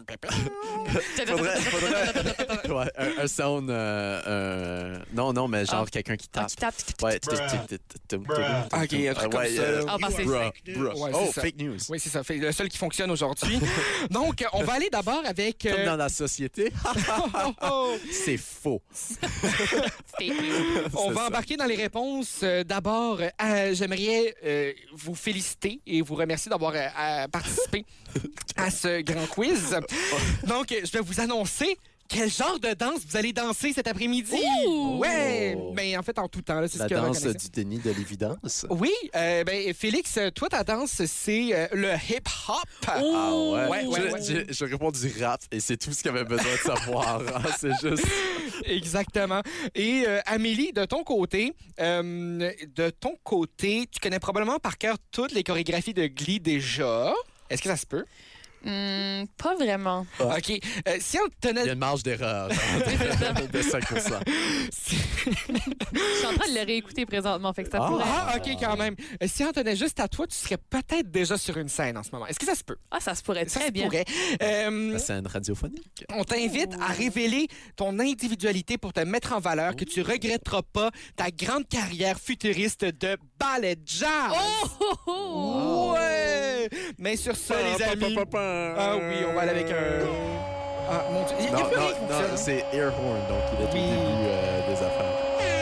Speaker 3: Faudrait, faudrait ouais, un, un sound. euh, un- Non, non, mais genre
Speaker 5: Ah.
Speaker 3: quelqu'un qui
Speaker 5: Ah,
Speaker 3: tape.
Speaker 5: qui tape. tic, tic, tic.
Speaker 3: Ouais, tic, tic, tic, tic, tic, tic, tic,
Speaker 1: Ok,
Speaker 3: tic.
Speaker 1: un truc comme
Speaker 3: Ouais,
Speaker 1: ça,
Speaker 3: euh,
Speaker 1: là.
Speaker 5: Ah, bah, c'est
Speaker 3: bruh,
Speaker 5: fake
Speaker 3: bruh.
Speaker 1: Ouais,
Speaker 3: Oh,
Speaker 1: c'est ça.
Speaker 3: fake news.
Speaker 1: Oui, c'est ça. Fait le seul qui fonctionne aujourd'hui. Donc, on va aller d'abord avec...
Speaker 3: Comme
Speaker 1: euh,
Speaker 3: dans la société,
Speaker 1: oh, oh, oh.
Speaker 3: c'est faux.
Speaker 5: Fake news.
Speaker 1: On
Speaker 3: C'est
Speaker 1: va
Speaker 3: ça.
Speaker 1: embarquer dans les réponses. Euh, D'abord, euh, j'aimerais euh, vous féliciter et vous remercier d'avoir euh, à participer à ce grand quiz. Donc, euh, je vais vous annoncer quel genre de danse vous allez danser cet après-midi.
Speaker 5: Ouh!
Speaker 1: Ouais, mais en fait, en tout temps, là, c'est
Speaker 3: La
Speaker 1: ce que
Speaker 3: danse
Speaker 1: reconnaissez.
Speaker 3: du déni de l'évidence.
Speaker 1: Oui, euh, ben, Félix, toi, ta danse, c'est euh, le hip-hop.
Speaker 3: Ah ouais.
Speaker 1: Ouais, ouais,
Speaker 3: je,
Speaker 1: ouais.
Speaker 3: je- je réponds du rap et c'est tout ce qu'il avait besoin de savoir. hein. C'est juste.
Speaker 1: Exactement. Et euh, Amélie, de ton côté, euh, de ton côté, tu connais probablement par cœur toutes les chorégraphies de Glee déjà. Est-ce que ça se peut?
Speaker 5: Hmm, pas vraiment.
Speaker 1: OK. Euh, si on
Speaker 3: Il y a
Speaker 1: tenait...
Speaker 3: une marge d'erreur genre, de cinq pour cent.
Speaker 5: Je suis en train de le réécouter présentement, fait que ça
Speaker 3: Ah.
Speaker 5: pourrait.
Speaker 1: Ah, OK, quand même. Euh, si on tenait juste à toi, tu serais peut-être déjà sur une scène en ce moment. Est-ce que ça se peut?
Speaker 5: Ah, ça se pourrait
Speaker 1: Ça
Speaker 5: très
Speaker 1: se
Speaker 5: bien.
Speaker 1: pourrait. Euh,
Speaker 3: La scène radiophonique.
Speaker 1: on t'invite à révéler ton individualité pour te mettre en valeur, que tu regretteras pas ta grande carrière futuriste de ballet jazz.
Speaker 5: Oh, oh, oh!
Speaker 1: Ouais! Mais sur ça, les amis... Ah oui, on va aller avec un... Ah, mon Dieu. Il y a
Speaker 3: Non,
Speaker 1: plus rien
Speaker 3: non,
Speaker 1: qui
Speaker 3: non,
Speaker 1: fonctionne.
Speaker 3: c'est Air Horn, donc il est au
Speaker 1: Oui.
Speaker 3: début euh, des affaires.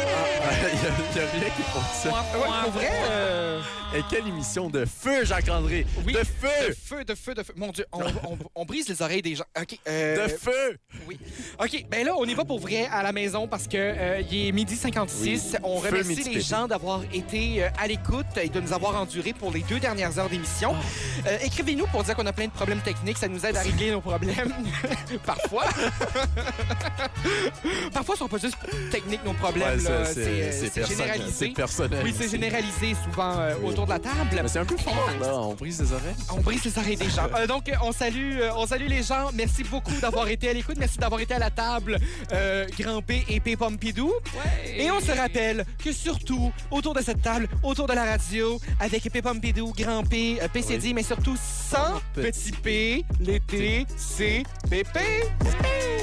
Speaker 3: Il n'y a, il y a rien qui fonctionne.
Speaker 1: Ouais, pour vrai... euh,
Speaker 3: Et quelle émission de feu, Jacques-André!
Speaker 1: Oui.
Speaker 3: De
Speaker 1: De
Speaker 3: feu!
Speaker 1: feu, de feu, de feu. Mon Dieu, on, on- on brise les oreilles des gens. OK. euh,
Speaker 3: De feu!
Speaker 1: Oui. OK, ben là, on y va pour vrai à la maison parce que euh, il est midi cinquante-six.
Speaker 3: Oui.
Speaker 1: On
Speaker 3: Feu
Speaker 1: remercie
Speaker 3: midi
Speaker 1: les
Speaker 3: pété.
Speaker 1: gens d'avoir été euh, à l'écoute et de nous avoir endurés pour les deux dernières heures d'émission. Euh, Écrivez-nous pour dire qu'on a plein de problèmes techniques. Ça nous aide à régler nos problèmes. Parfois. Parfois, ce sont pas juste techniques, nos problèmes.
Speaker 3: Ouais,
Speaker 1: là.
Speaker 3: ça,
Speaker 1: C'est
Speaker 3: c'est
Speaker 1: euh,
Speaker 3: c'est
Speaker 1: c'est
Speaker 3: personnel.
Speaker 1: généralisé.
Speaker 3: C'est personnel.
Speaker 1: Oui, c'est
Speaker 3: ici.
Speaker 1: généralisé souvent euh,
Speaker 3: Oui.
Speaker 1: autour de la table.
Speaker 3: Mais c'est un peu fort, là. On brise les oreilles.
Speaker 1: On brise les oreilles des gens. Euh, donc, euh, on salue, euh, on salue les gens. Merci beaucoup d'avoir été à l'écoute. Merci d'avoir été à la table, euh, Grand P et P Pompidou. Et on se rappelle que surtout, autour de cette table, autour de la radio, avec P Pompidou, Grand P, euh, P C D,
Speaker 3: Oui.
Speaker 1: mais surtout sans
Speaker 3: Petit
Speaker 1: petit P, l'été, c'est Pépé.